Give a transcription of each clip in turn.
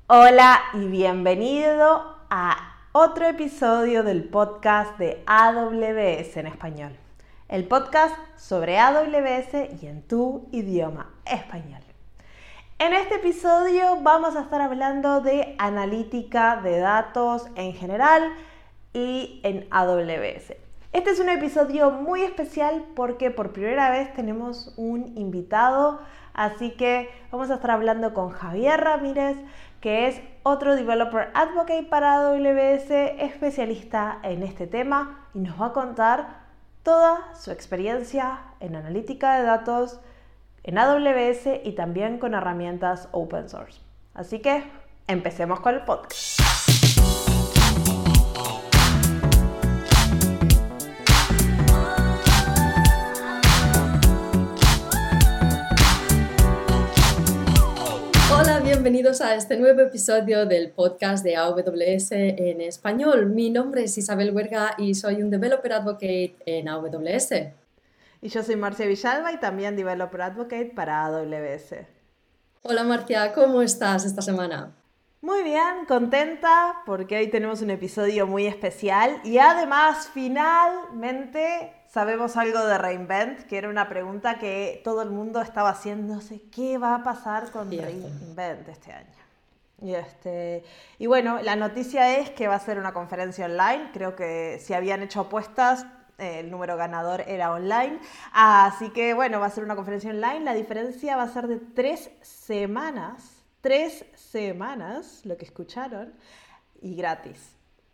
Hola y bienvenido a otro episodio del podcast de AWS en español. El podcast sobre AWS y en tu idioma español. En este episodio vamos a estar hablando de analítica de datos en general y en AWS. Este es un episodio muy especial porque por primera vez tenemos un invitado, así que vamos a estar hablando con Javier Ramírez, que es otro Developer Advocate para AWS, especialista en este tema y nos va a contar toda su experiencia en analítica de datos en AWS y también con herramientas open source. Así que empecemos con el podcast. Hola, bienvenidos a este nuevo episodio del podcast de AWS en español. Mi nombre es Isabel Huerga y soy un Developer Advocate en AWS. Y yo soy Marcia Villalba y también Developer Advocate para AWS. Hola Marcia, ¿cómo estás esta semana? Muy bien, contenta porque hoy tenemos un episodio muy especial y además finalmente sabemos algo de Reinvent, que era una pregunta que todo el mundo estaba haciéndose, ¿qué va a pasar con Reinvent este año? Y bueno, la noticia es que va a ser una conferencia online, creo que si habían hecho apuestas, el número ganador era online, así que bueno, va a ser una conferencia online, la diferencia va a ser de 3 semanas, lo que escucharon, y gratis.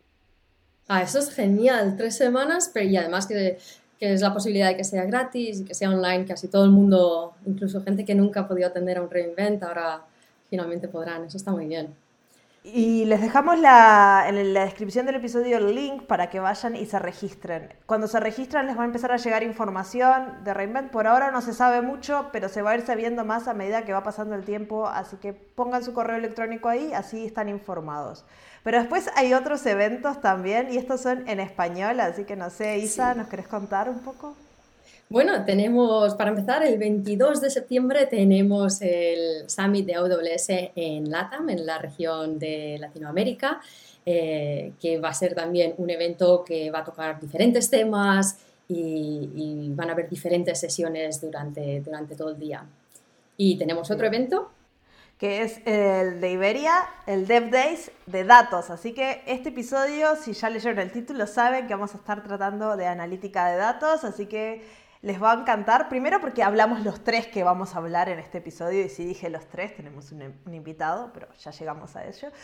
Eso es genial, 3 semanas, pero y además que es la posibilidad de que sea gratis y que sea online, casi todo el mundo, incluso gente que nunca ha podido atender a un Reinvent, ahora finalmente podrán, eso está muy bien. Y les dejamos en la descripción del episodio el link para que vayan y se registren. Cuando se registran les va a empezar a llegar información de Reinvent. Por ahora no se sabe mucho, pero se va a ir sabiendo más a medida que va pasando el tiempo. Así que pongan su correo electrónico ahí, así están informados. Pero después hay otros eventos también y estos son en español, así que no sé, Isa, ¿nos querés contar un poco? Bueno, tenemos, para empezar, el 22 de septiembre tenemos el Summit de AWS en LATAM, en la región de Latinoamérica, que va a ser también un evento que va a tocar diferentes temas y van a haber diferentes sesiones durante todo el día. Y tenemos otro evento que es el de Iberia, el Dev Days de datos. Así que este episodio, si ya leyeron el título, saben que vamos a estar tratando de analítica de datos, así que les va a encantar. Primero porque hablamos los 3 que vamos a hablar en este episodio, y si dije los 3, tenemos un invitado, pero ya llegamos a ello.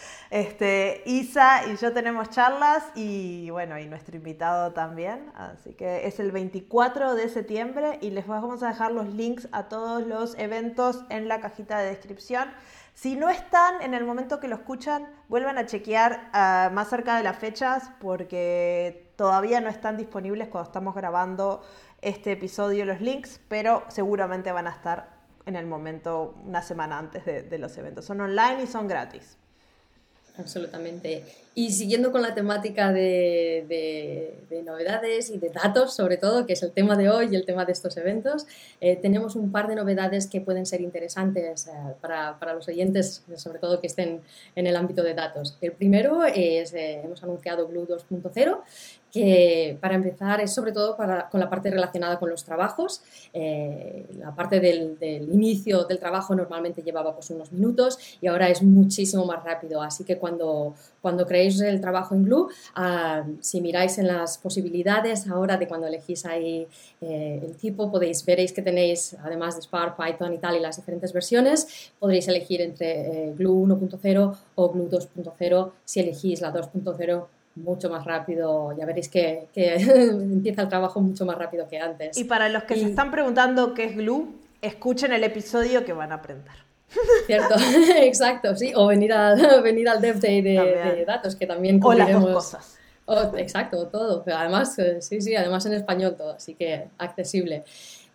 Isa y yo tenemos charlas y bueno, y nuestro invitado también. Así que es el 24 de septiembre y les vamos a dejar los links a todos los eventos en la cajita de descripción. Si no están en el momento que lo escuchan, vuelvan a chequear más cerca de las fechas porque todavía no están disponibles cuando estamos grabando este episodio los links, pero seguramente van a estar en el momento una semana antes de los eventos. Son online y son gratis. Absolutamente. Y siguiendo con la temática de novedades y de datos, sobre todo, que es el tema de hoy y el tema de estos eventos, tenemos un par de novedades que pueden ser interesantes para los oyentes, sobre todo que estén en el ámbito de datos. El primero es, hemos anunciado Glue 2.0, que para empezar es sobre todo con la parte relacionada con los trabajos. La parte del inicio del trabajo normalmente llevaba pues unos minutos y ahora es muchísimo más rápido, así que cuando creéis el trabajo en Glue, si miráis en las posibilidades ahora de cuando elegís ahí el tipo, veréis que tenéis, además de Spark, Python y tal, y las diferentes versiones, podréis elegir entre Glue 1.0 o Glue 2.0. Si elegís la 2.0, mucho más rápido, ya veréis que empieza el trabajo mucho más rápido que antes. Y para los que se están preguntando qué es Glue, escuchen el episodio que van a aprender. Cierto, exacto, sí, o venir al Dev Day de datos, que también cubriremos. O las dos cosas. Exacto, todo, pero además, sí, además en español todo, así que accesible.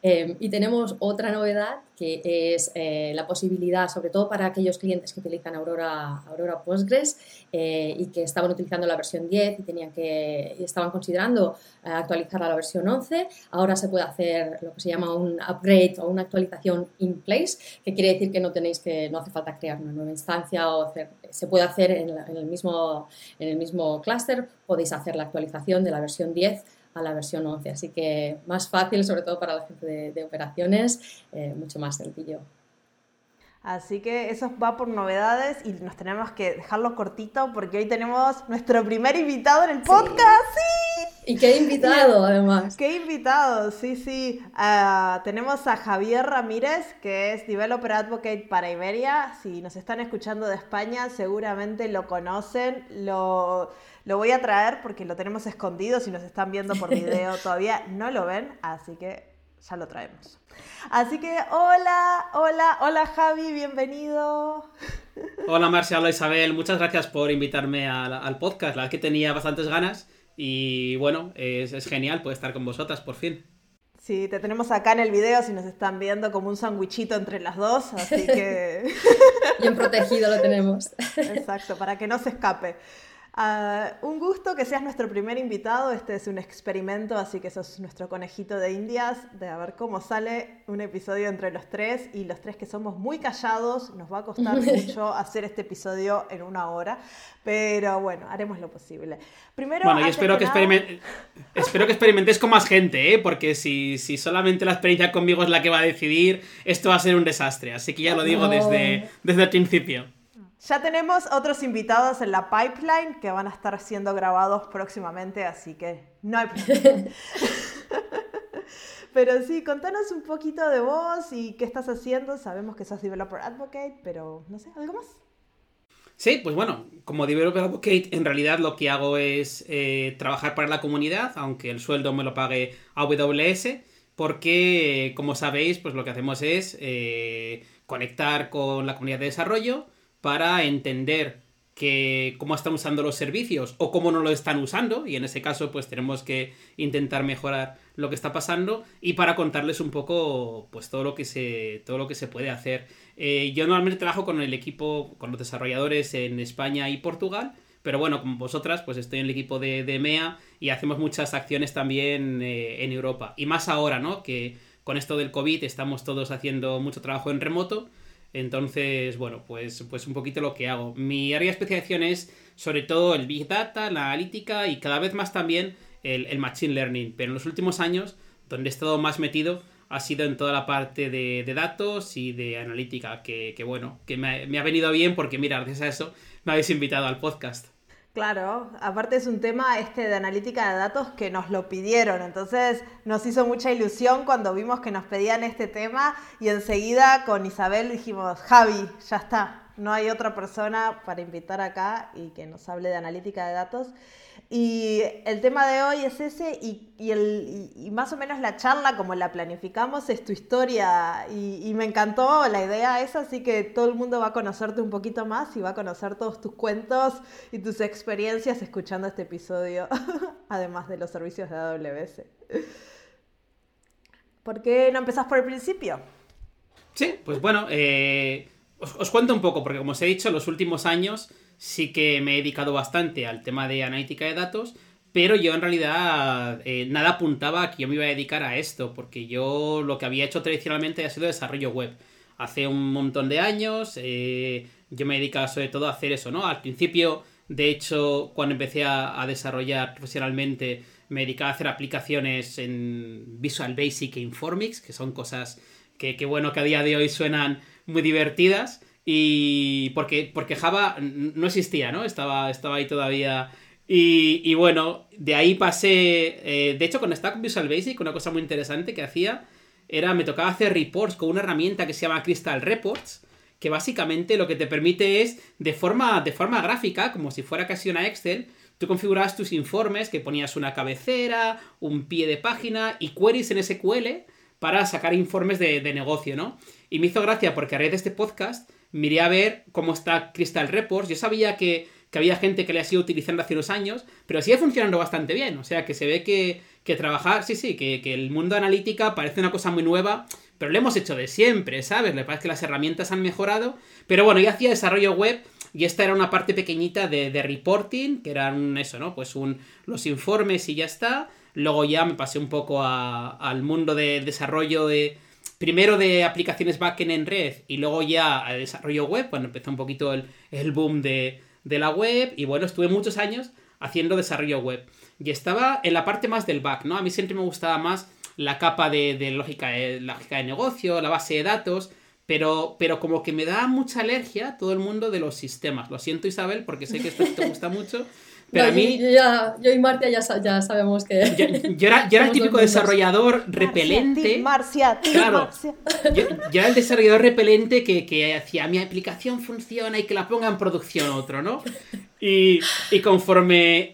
Y tenemos otra novedad que es la posibilidad, sobre todo para aquellos clientes que utilizan Aurora Postgres y que estaban utilizando la versión 10 y estaban considerando actualizarla a la versión 11. Ahora se puede hacer lo que se llama un upgrade o una actualización in place, que quiere decir que no hace falta crear una nueva instancia se puede hacer en el mismo clúster, podéis hacer la actualización de la versión 10 a la versión 11, así que más fácil, sobre todo para la gente de operaciones, mucho más sencillo. Así que eso va por novedades y nos tenemos que dejarlo cortito porque hoy tenemos nuestro primer invitado en el podcast. ¡Sí! Y qué invitado, además. ¡Qué invitado! Sí. Tenemos a Javier Ramírez, que es Developer Advocate para Iberia. Si nos están escuchando de España, seguramente lo conocen. Lo voy a traer porque lo tenemos escondido. Si nos están viendo por video todavía no lo ven, así que ya lo traemos. Así que hola Javi, bienvenido. Hola Marcia, hola Isabel, muchas gracias por invitarme al podcast. La verdad que tenía bastantes ganas y bueno, es genial poder estar con vosotras por fin. Sí, te tenemos acá en el video, si nos están viendo, como un sandwichito entre las dos, así que... Bien protegido lo tenemos. Exacto, para que no se escape. Un gusto que seas nuestro primer invitado. Este es un experimento, así que sos nuestro conejito de indias, de a ver cómo sale un episodio entre los tres, y los tres que somos muy callados, nos va a costar mucho hacer este episodio en 1 hora, pero bueno, haremos lo posible. Primero, bueno, y espero que experimentéis con más gente, porque si solamente la experiencia conmigo es la que va a decidir, esto va a ser un desastre, así que ya lo digo desde el principio. Ya tenemos otros invitados en la pipeline que van a estar siendo grabados próximamente, así que no hay problema. Pero sí, contanos un poquito de vos y qué estás haciendo. Sabemos que sos Developer Advocate, pero no sé, ¿algo más? Sí, pues bueno, como Developer Advocate en realidad lo que hago es trabajar para la comunidad, aunque el sueldo me lo pague AWS, porque como sabéis, pues lo que hacemos es conectar con la comunidad de desarrollo para entender cómo están usando los servicios o cómo no lo están usando, y en ese caso pues tenemos que intentar mejorar lo que está pasando, y para contarles un poco pues todo lo que se puede hacer. Yo normalmente trabajo con el equipo, con los desarrolladores en España y Portugal, pero bueno, como vosotras, pues estoy en el equipo de EMEA y hacemos muchas acciones también en Europa, y más ahora, ¿no? Que con esto del COVID estamos todos haciendo mucho trabajo en remoto. Entonces, bueno, pues un poquito lo que hago. Mi área de especialización es sobre todo el Big Data, la analítica y cada vez más también el Machine Learning. Pero en los últimos años, donde he estado más metido, ha sido en toda la parte de datos y de analítica, que bueno, que me ha venido bien porque, mira, gracias a eso me habéis invitado al podcast. Claro, aparte es un tema de analítica de datos que nos lo pidieron, entonces nos hizo mucha ilusión cuando vimos que nos pedían este tema y enseguida con Isabel dijimos, Javi, ya está, no hay otra persona para invitar acá y que nos hable de analítica de datos. Y el tema de hoy es ese y más o menos la charla como la planificamos es tu historia y me encantó la idea esa, así que todo el mundo va a conocerte un poquito más y va a conocer todos tus cuentos y tus experiencias escuchando este episodio, además de los servicios de AWS. ¿Por qué no empezás por el principio? Sí, pues bueno, os cuento un poco, porque como os he dicho, en los últimos años sí que me he dedicado bastante al tema de analítica de datos, pero yo en realidad nada apuntaba a que yo me iba a dedicar a esto, porque yo lo que había hecho tradicionalmente ha sido desarrollo web. Hace un montón de años yo me dedicaba sobre todo a hacer eso, ¿no? Al principio, de hecho, cuando empecé a desarrollar profesionalmente, me dedicaba a hacer aplicaciones en Visual Basic e Informix, que son cosas que bueno, que a día de hoy suenan muy divertidas. Y porque Java no existía, ¿no? Estaba ahí todavía. Y bueno, de ahí pasé. De hecho, con Stack Visual Basic, una cosa muy interesante que hacía me tocaba hacer reports con una herramienta que se llama Crystal Reports, que básicamente lo que te permite es, de forma gráfica, como si fuera casi una Excel, tú configurabas tus informes, que ponías una cabecera, un pie de página y queries en SQL para sacar informes de negocio, ¿no? Y me hizo gracia porque a raíz de este podcast miré a ver cómo está Crystal Reports. Yo sabía que que había gente que le ha sido utilizando hace unos años, pero sigue funcionando bastante bien. O sea, que se ve que trabajar, sí, que el mundo analítica parece una cosa muy nueva, pero lo hemos hecho de siempre, ¿sabes? Le parece que las herramientas han mejorado, pero bueno, yo hacía desarrollo web y esta era una parte pequeñita de reporting, que eran eso, ¿no? Pues los informes y ya está. Luego ya me pasé un poco al mundo de desarrollo primero de aplicaciones backend en red y luego ya a desarrollo web, cuando empezó un poquito el boom de la web. Y bueno, estuve muchos años haciendo desarrollo web. Y estaba en la parte más del back, ¿no? A mí siempre me gustaba más la capa de lógica de negocio, la base de datos, pero como que me da mucha alergia todo el mundo de los sistemas. Lo siento, Isabel, porque sé que esto te gusta mucho. Pero no, a mí... Yo y Marcia ya sabemos que... Yo era el típico desarrollador repelente. Marcia. Claro. Yo era el desarrollador repelente que hacía mi aplicación funciona y que la ponga en producción otro, ¿no? Y conforme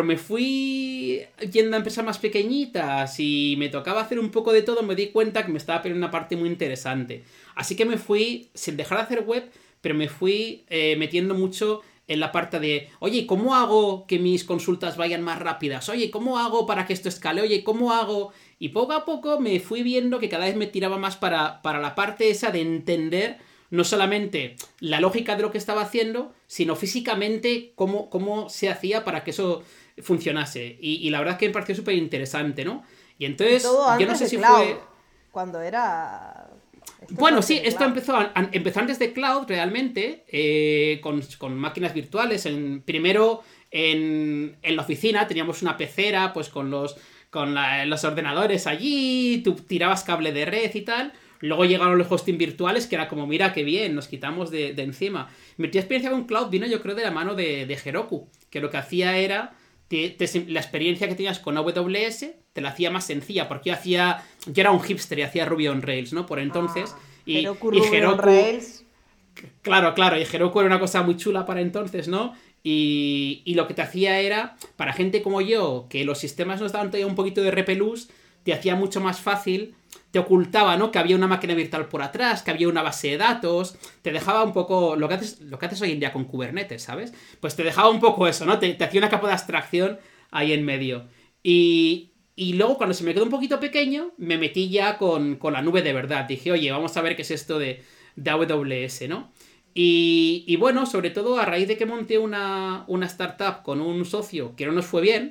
fui yendo a empresas más pequeñitas y me tocaba hacer un poco de todo, me di cuenta que me estaba perdiendo una parte muy interesante. Así que me fui, sin dejar de hacer web, pero me fui metiendo mucho en la parte de, oye, ¿cómo hago que mis consultas vayan más rápidas? Oye, ¿cómo hago para que esto escale? Oye, ¿cómo hago? Y poco a poco me fui viendo que cada vez me tiraba más para la parte esa de entender no solamente la lógica de lo que estaba haciendo, sino físicamente cómo se hacía para que eso funcionase. Y la verdad es que me pareció súper interesante, ¿no? Y entonces, todo yo no sé si cloud, fue... Cuando era... Bueno, sí, esto empezó antes de cloud realmente, con máquinas virtuales. Primero en la oficina teníamos una pecera pues con los ordenadores allí, tú tirabas cable de red y tal. Luego llegaron los hosting virtuales, que era como, mira qué bien, nos quitamos de encima. Mi experiencia con cloud vino, yo creo, de la mano de Heroku, que lo que hacía era... la experiencia que tenías con AWS te la hacía más sencilla, porque yo era un hipster y hacía Ruby on Rails, ¿no? Por entonces. Heroku, Ruby on Rails. Claro, y Heroku era una cosa muy chula para entonces, ¿no? Y lo que te hacía era, para gente como yo, que los sistemas nos daban todavía un poquito de repelús, te hacía mucho más fácil, te ocultaba, ¿no? Que había una máquina virtual por atrás, que había una base de datos, te dejaba un poco lo que haces hoy en día con Kubernetes, ¿sabes? Pues te dejaba un poco eso, ¿no? Te hacía una capa de abstracción ahí en medio. Y luego cuando se me quedó un poquito pequeño, me metí ya con la nube de verdad. Dije, oye, vamos a ver qué es esto de AWS, ¿no? Y bueno, sobre todo a raíz de que monté una startup con un socio que no nos fue bien,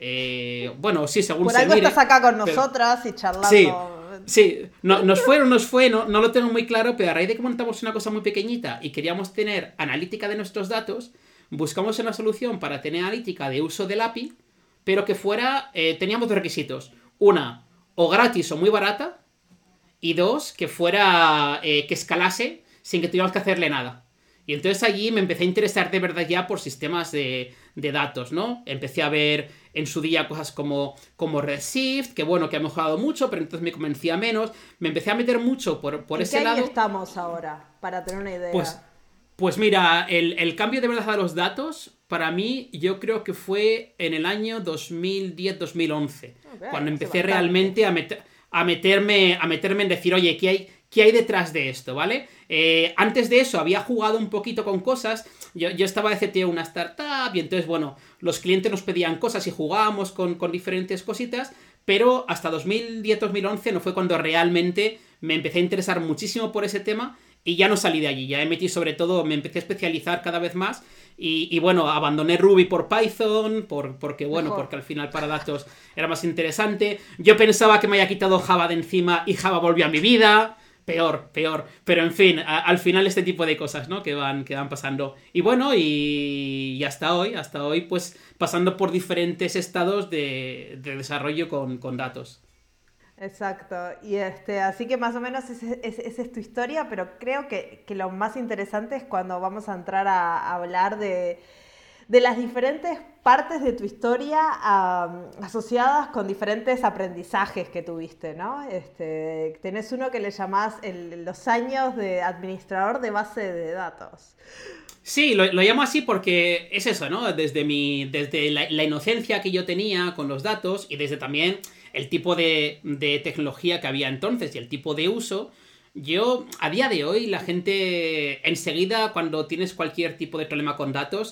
bueno, sí, según por se algo mire, estás acá con nosotras y charlando. Sí, nos fue o no nos fue, no lo tengo muy claro, pero a raíz de que montamos una cosa muy pequeñita y queríamos tener analítica de nuestros datos, buscamos una solución para tener analítica de uso del API, pero que fuera, teníamos dos requisitos. Una, o gratis o muy barata, y dos, que fuera, que escalase sin que tuviéramos que hacerle nada. Y entonces allí me empecé a interesar de verdad ya por sistemas de datos, ¿no? Empecé a ver en su día cosas como Redshift, que bueno, que ha mejorado mucho, pero entonces me convencía menos. Me empecé a meter mucho por ese lado. ¿En qué año estamos ahora? Para tener una idea. Pues mira, el cambio de verdad a los datos, para mí, yo creo que fue en el año 2010-2011. Okay, cuando empecé realmente a meterme en decir, oye, ¿qué hay detrás de esto, ¿vale? Antes de eso había jugado un poquito con cosas. Yo estaba de CTO una startup y entonces, bueno, los clientes nos pedían cosas y jugábamos con diferentes cositas, pero hasta 2010-2011 no fue cuando realmente me empecé a interesar muchísimo por ese tema y ya no salí de allí. Ya sobre todo, me empecé a especializar cada vez más y bueno, abandoné Ruby por Python, porque al final para datos era más interesante. Yo pensaba que me había quitado Java de encima y Java volvió a mi vida. Peor. Pero en fin, al final este tipo de cosas, ¿no? Que van pasando. Y bueno, y hasta hoy, pues pasando por diferentes estados de desarrollo con datos. Exacto. Y así que más o menos esa es tu historia, pero creo que lo más interesante es cuando vamos a entrar a hablar de las diferentes partes de tu historia asociadas con diferentes aprendizajes que tuviste, ¿no? Tenés uno que le llamás los años de administrador de base de datos. Sí, lo llamo así porque es eso, ¿no? Desde la inocencia que yo tenía con los datos y desde también el tipo de tecnología que había entonces y el tipo de uso. Yo, a día de hoy, la gente enseguida, cuando tienes cualquier tipo de problema con datos,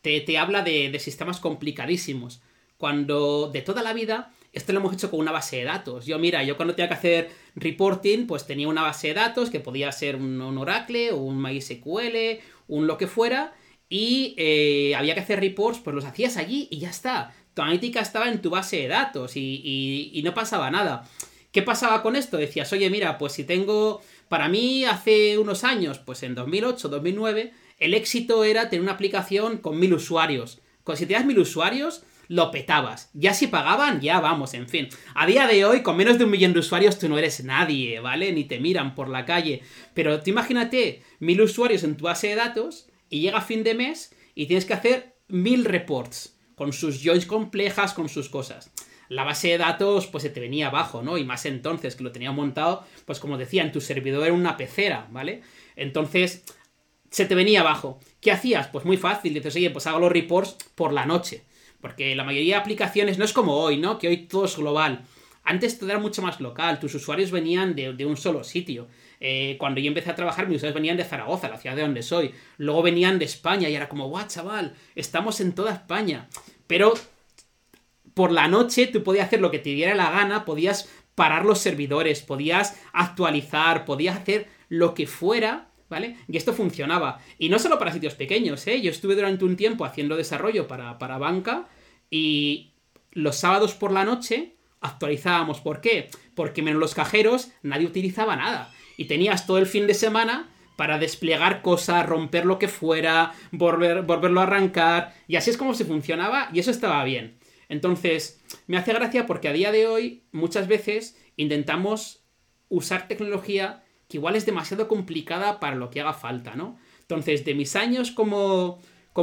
te habla de sistemas complicadísimos. Cuando de toda la vida, esto lo hemos hecho con una base de datos. Yo cuando tenía que hacer reporting, pues tenía una base de datos que podía ser un Oracle o un MySQL, un lo que fuera, y había que hacer reports, pues los hacías allí y ya está. Tu analítica estaba en tu base de datos y no pasaba nada. ¿Qué pasaba con esto? Decías, oye, mira, pues si tengo... Para mí, hace unos años, pues en 2008, 2009, el éxito era tener una aplicación con 1000 usuarios. Si tenías 1000 usuarios, lo petabas. Ya si pagaban, ya vamos, en fin. A día de hoy, con menos de 1 millón de usuarios, tú no eres nadie, ¿vale? Ni te miran por la calle. Pero tú imagínate 1000 usuarios en tu base de datos y llega fin de mes y tienes que hacer 1000 reports con sus joins complejas, con sus cosas. La base de datos pues se te venía abajo, ¿no? Y más entonces, que lo tenía montado, pues como decía, en tu servidor era una pecera, ¿vale? Entonces, se te venía abajo. ¿Qué hacías? Pues muy fácil, dices, oye, pues hago los reports por la noche. Porque la mayoría de aplicaciones no es como hoy, ¿no? Que hoy todo es global. Antes todo era mucho más local, tus usuarios venían de un solo sitio. Cuando yo empecé a trabajar, mis usuarios venían de Zaragoza, la ciudad de donde soy. Luego venían de España y era como, guau, chaval, estamos en toda España. Pero por la noche tú podías hacer lo que te diera la gana, podías parar los servidores, podías actualizar, podías hacer lo que fuera, ¿vale? Y esto funcionaba. Y no solo para sitios pequeños, ¿eh? Yo estuve durante un tiempo haciendo desarrollo para banca y los sábados por la noche actualizábamos. ¿Por qué? Porque menos los cajeros nadie utilizaba nada. Y tenías todo el fin de semana para desplegar cosas, romper lo que fuera, volverlo a arrancar. Y así es como se funcionaba y eso estaba bien. Entonces, me hace gracia porque a día de hoy muchas veces intentamos usar tecnología que igual es demasiado complicada para lo que haga falta, ¿no? Entonces, de mis años como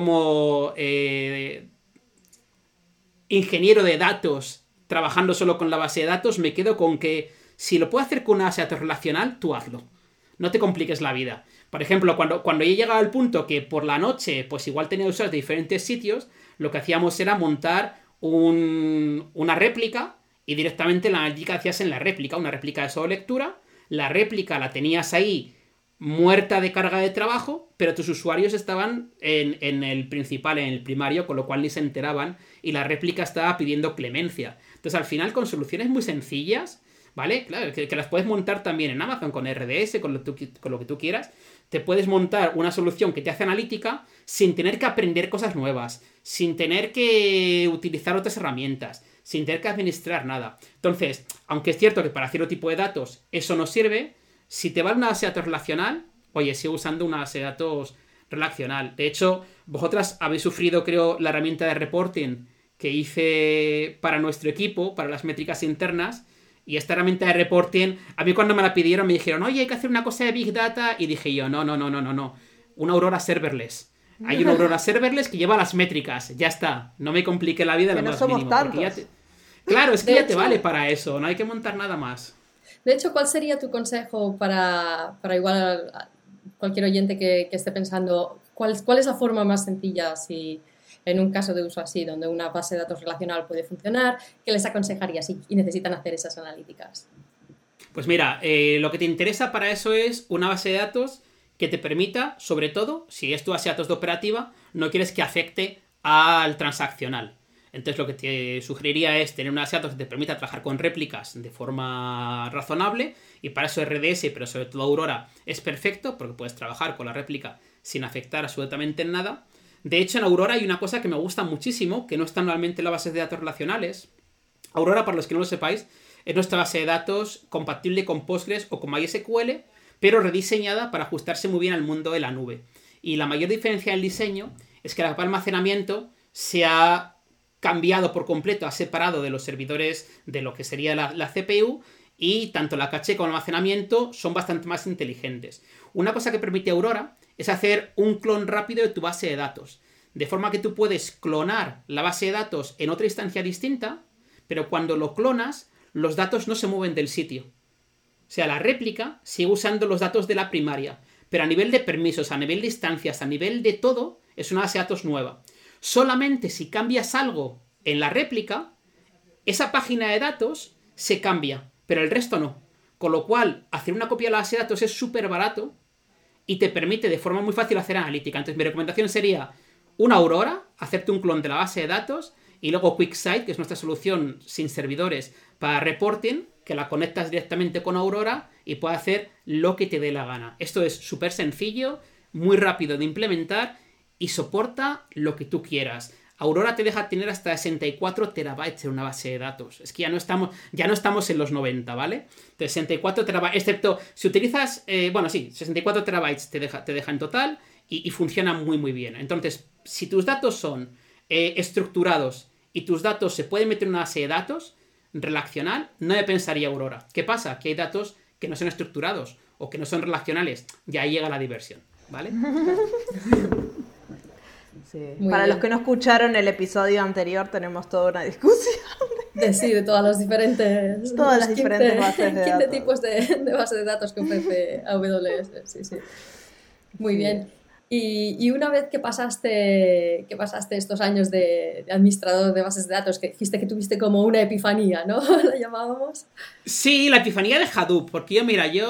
ingeniero de datos trabajando solo con la base de datos, me quedo con que si lo puedo hacer con una base de datos relacional, tú hazlo. No te compliques la vida. Por ejemplo, cuando yo llegaba al punto que por la noche, pues igual tenía usuarios de diferentes sitios, lo que hacíamos era montar una réplica y directamente la analítica hacías en la réplica, una réplica de solo lectura. La réplica la tenías ahí muerta de carga de trabajo, pero tus usuarios estaban en el principal, en el primario, con lo cual ni se enteraban y la réplica estaba pidiendo clemencia. Entonces al final con soluciones muy sencillas, ¿vale? Claro, que las puedes montar también en Amazon con RDS, con lo que tú quieras. Te puedes montar una solución que te hace analítica sin tener que aprender cosas nuevas, sin tener que utilizar otras herramientas, sin tener que administrar nada. Entonces, aunque es cierto que para cierto tipo de datos eso no sirve, si te va una base de datos relacional, oye, sigue usando una base de datos relacional. De hecho, vosotras habéis sufrido, creo, la herramienta de reporting que hice para nuestro equipo, para las métricas internas. Y esta herramienta de reporting, a mí cuando me la pidieron me dijeron, oye, hay que hacer una cosa de Big Data. Y dije yo, no. Una Aurora Serverless. Hay una Aurora Serverless que lleva las métricas. Ya está. No me complique la vida que lo no más somos mínimo. tantos. Claro, es que De ya te hecho, vale para eso. No hay que montar nada más. De hecho, ¿cuál sería tu consejo para igual a cualquier oyente que esté pensando, cuál es la forma más sencilla si en un caso de uso así, donde una base de datos relacional puede funcionar, qué les aconsejarías y necesitan hacer esas analíticas? Pues mira, lo que te interesa para eso es una base de datos que te permita, sobre todo, si es tu base de datos de operativa, no quieres que afecte al transaccional. Entonces lo que te sugeriría es tener una base de datos que te permita trabajar con réplicas de forma razonable, y para eso RDS, pero sobre todo Aurora, es perfecto porque puedes trabajar con la réplica sin afectar absolutamente en nada. De hecho, en Aurora hay una cosa que me gusta muchísimo, que no está normalmente en las bases de datos relacionales. Aurora, para los que no lo sepáis, es nuestra base de datos compatible con Postgres o con MySQL, pero rediseñada para ajustarse muy bien al mundo de la nube. Y la mayor diferencia del diseño es que el almacenamiento se ha cambiado por completo, ha separado de los servidores de lo que sería la CPU, y tanto la caché como el almacenamiento son bastante más inteligentes. Una cosa que permite Aurora es hacer un clon rápido de tu base de datos, de forma que tú puedes clonar la base de datos en otra instancia distinta, pero cuando lo clonas, los datos no se mueven del sitio. O sea, la réplica sigue usando los datos de la primaria, pero a nivel de permisos, a nivel de instancias, a nivel de todo, es una base de datos nueva. Solamente si cambias algo en la réplica, esa página de datos se cambia, pero el resto no. Con lo cual, hacer una copia de la base de datos es súper barato y te permite de forma muy fácil hacer analítica. Entonces, mi recomendación sería una Aurora, hacerte un clon de la base de datos, y luego QuickSight, que es nuestra solución sin servidores para reporting, que la conectas directamente con Aurora y puede hacer lo que te dé la gana. Esto es súper sencillo, muy rápido de implementar y soporta lo que tú quieras. Aurora te deja tener hasta 64 terabytes en una base de datos. Es que ya no estamos en los 90, ¿vale? De 64 terabytes, excepto si utilizas, 64 terabytes te deja en total y funciona muy muy bien. Entonces, si tus datos son estructurados y tus datos se pueden meter en una base de datos relacional, no me pensaría Aurora. ¿Qué pasa? Que hay datos que no son estructurados o que no son relacionales. Ya llega la diversión, ¿vale? Sí. Para los que no escucharon el episodio anterior, tenemos toda una discusión. De todas las diferentes bases de 15 datos. tipos de bases de datos que ofrece AWS. Sí. Muy bien. Y una vez que pasaste estos años de administrador de bases de datos, que dijiste que tuviste como una epifanía, ¿no? La llamábamos. Sí, la epifanía de Hadoop, porque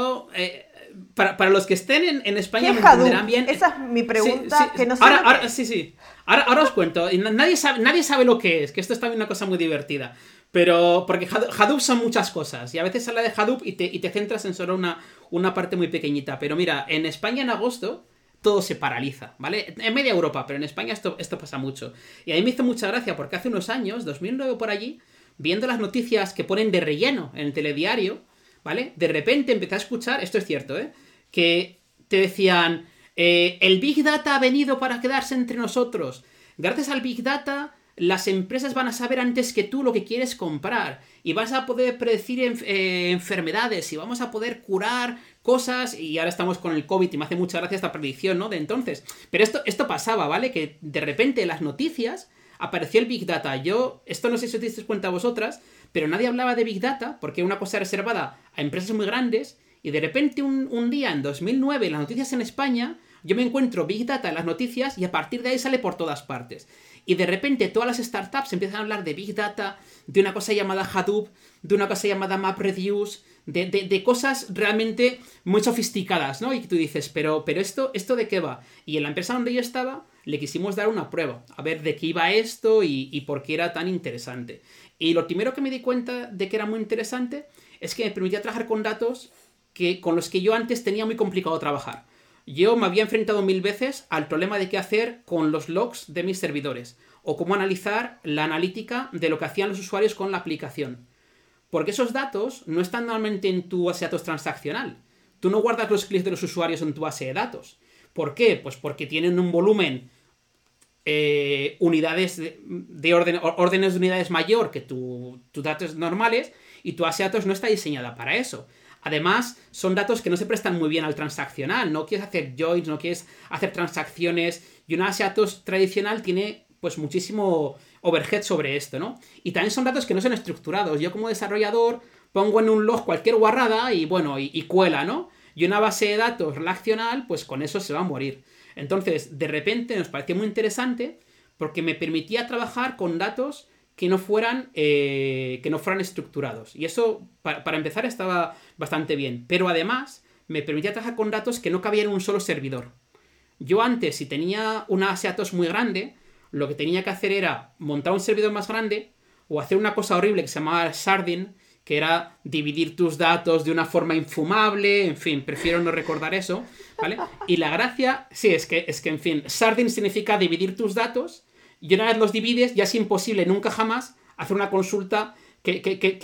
para los que estén en España me Hadoop? entenderán bien. Esa es mi pregunta, que no sé. Ahora os cuento. Nadie sabe lo que es, que esto es también una cosa muy divertida. Pero, porque Hadoop son muchas cosas, y a veces habla de Hadoop y te centras en solo una parte muy pequeñita. Pero mira, en España en agosto todo se paraliza, ¿vale? En media Europa, pero en España esto pasa mucho. Y a mí me hizo mucha gracia porque hace unos años, 2009 por allí, viendo las noticias que ponen de relleno en el telediario, ¿vale? De repente empecé a escuchar, esto es cierto, que te decían, el Big Data ha venido para quedarse entre nosotros. Gracias al Big Data, las empresas van a saber antes que tú lo que quieres comprar y vas a poder predecir enfermedades y vamos a poder curar cosas, y ahora estamos con el COVID y me hace mucha gracia esta predicción, ¿no? De entonces. Pero esto pasaba, ¿vale? Que de repente en las noticias apareció el Big Data. Esto no sé si os disteis cuenta vosotras, pero nadie hablaba de Big Data porque era una cosa reservada a empresas muy grandes, y de repente un día en 2009 en las noticias en España yo me encuentro Big Data en las noticias y a partir de ahí sale por todas partes. Y de repente todas las startups empiezan a hablar de Big Data, de una cosa llamada Hadoop, de una cosa llamada MapReduce, de cosas realmente muy sofisticadas, ¿no? Y tú dices, pero ¿esto de qué va? Y en la empresa donde yo estaba le quisimos dar una prueba, a ver de qué iba esto y por qué era tan interesante. Y lo primero que me di cuenta de que era muy interesante es que me permitía trabajar con datos con los que yo antes tenía muy complicado trabajar. Yo me había enfrentado 1000 veces al problema de qué hacer con los logs de mis servidores o cómo analizar la analítica de lo que hacían los usuarios con la aplicación. Porque esos datos no están normalmente en tu base de datos transaccional. Tú no guardas los clics de los usuarios en tu base de datos. ¿Por qué? Pues porque tienen un volumen, unidades de órdenes de unidades mayor que tus datos normales, y tu base de datos no está diseñada para eso. Además, son datos que no se prestan muy bien al transaccional. No quieres hacer joins, no quieres hacer transacciones. Y una base de datos tradicional tiene pues muchísimo overhead sobre esto, ¿no? Y también son datos que no son estructurados. Yo como desarrollador pongo en un log cualquier guarrada y bueno, y cuela, ¿no? Y una base de datos relacional, pues con eso se va a morir. Entonces, de repente nos pareció muy interesante porque me permitía trabajar con datos que no fueran estructurados. Y eso, para empezar, estaba bastante bien. Pero además, me permitía trabajar con datos que no cabían en un solo servidor. Yo antes, si tenía una base de datos muy grande, lo que tenía que hacer era montar un servidor más grande o hacer una cosa horrible que se llamaba sharding, que era dividir tus datos de una forma infumable. En fin, prefiero no recordar eso, ¿vale? Y la gracia, sí, es que en fin, sharding significa dividir tus datos. Y una vez los divides, ya es imposible nunca jamás hacer una consulta que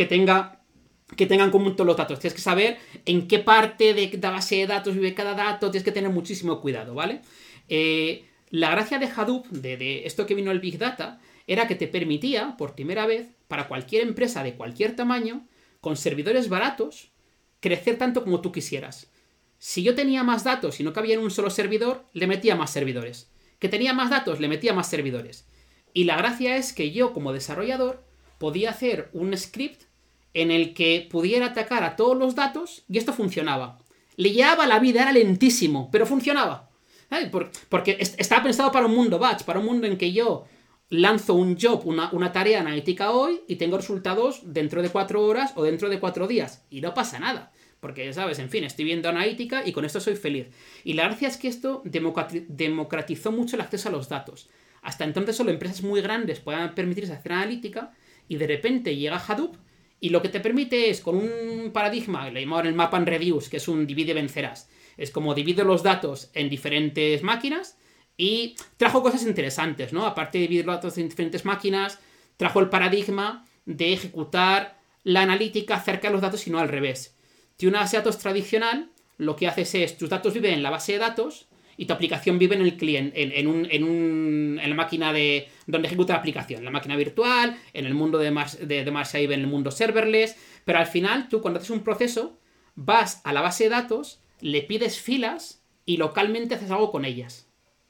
tenga en común todos los datos. Tienes que saber en qué parte de la base de datos vive cada dato. Tienes que tener muchísimo cuidado, ¿vale? La gracia de Hadoop, de esto que vino el Big Data, era que te permitía, por primera vez, para cualquier empresa de cualquier tamaño, con servidores baratos, crecer tanto como tú quisieras. Si yo tenía más datos y no cabía en un solo servidor, le metía más servidores. Que tenía más datos, le metía más servidores. Y la gracia es que yo, como desarrollador, podía hacer un script en el que pudiera atacar a todos los datos y esto funcionaba. Le llevaba la vida, era lentísimo, pero funcionaba. ¿Sabes? Porque estaba pensado para un mundo batch, para un mundo en que yo lanzo un job, una tarea analítica hoy y tengo resultados dentro de 4 horas o dentro de 4 días. Y no pasa nada. Porque, ¿sabes? En fin, estoy viendo analítica y con esto soy feliz. Y la gracia es que esto democratizó mucho el acceso a los datos. Hasta entonces solo empresas muy grandes puedan permitirse hacer analítica y de repente llega Hadoop y lo que te permite es, con un paradigma, le llamaban el map and reduce, que es un divide y vencerás. Es como divide los datos en diferentes máquinas y trajo cosas interesantes, ¿no? Aparte de dividir los datos en diferentes máquinas, trajo el paradigma de ejecutar la analítica acerca de los datos y no al revés. Si una base de datos tradicional, lo que haces es, tus datos viven en la base de datos y tu aplicación vive en el cliente, en la máquina de donde ejecuta la aplicación, en la máquina virtual, en el mundo de Marshall, en el mundo serverless, pero al final tú cuando haces un proceso vas a la base de datos, le pides filas y localmente haces algo con ellas.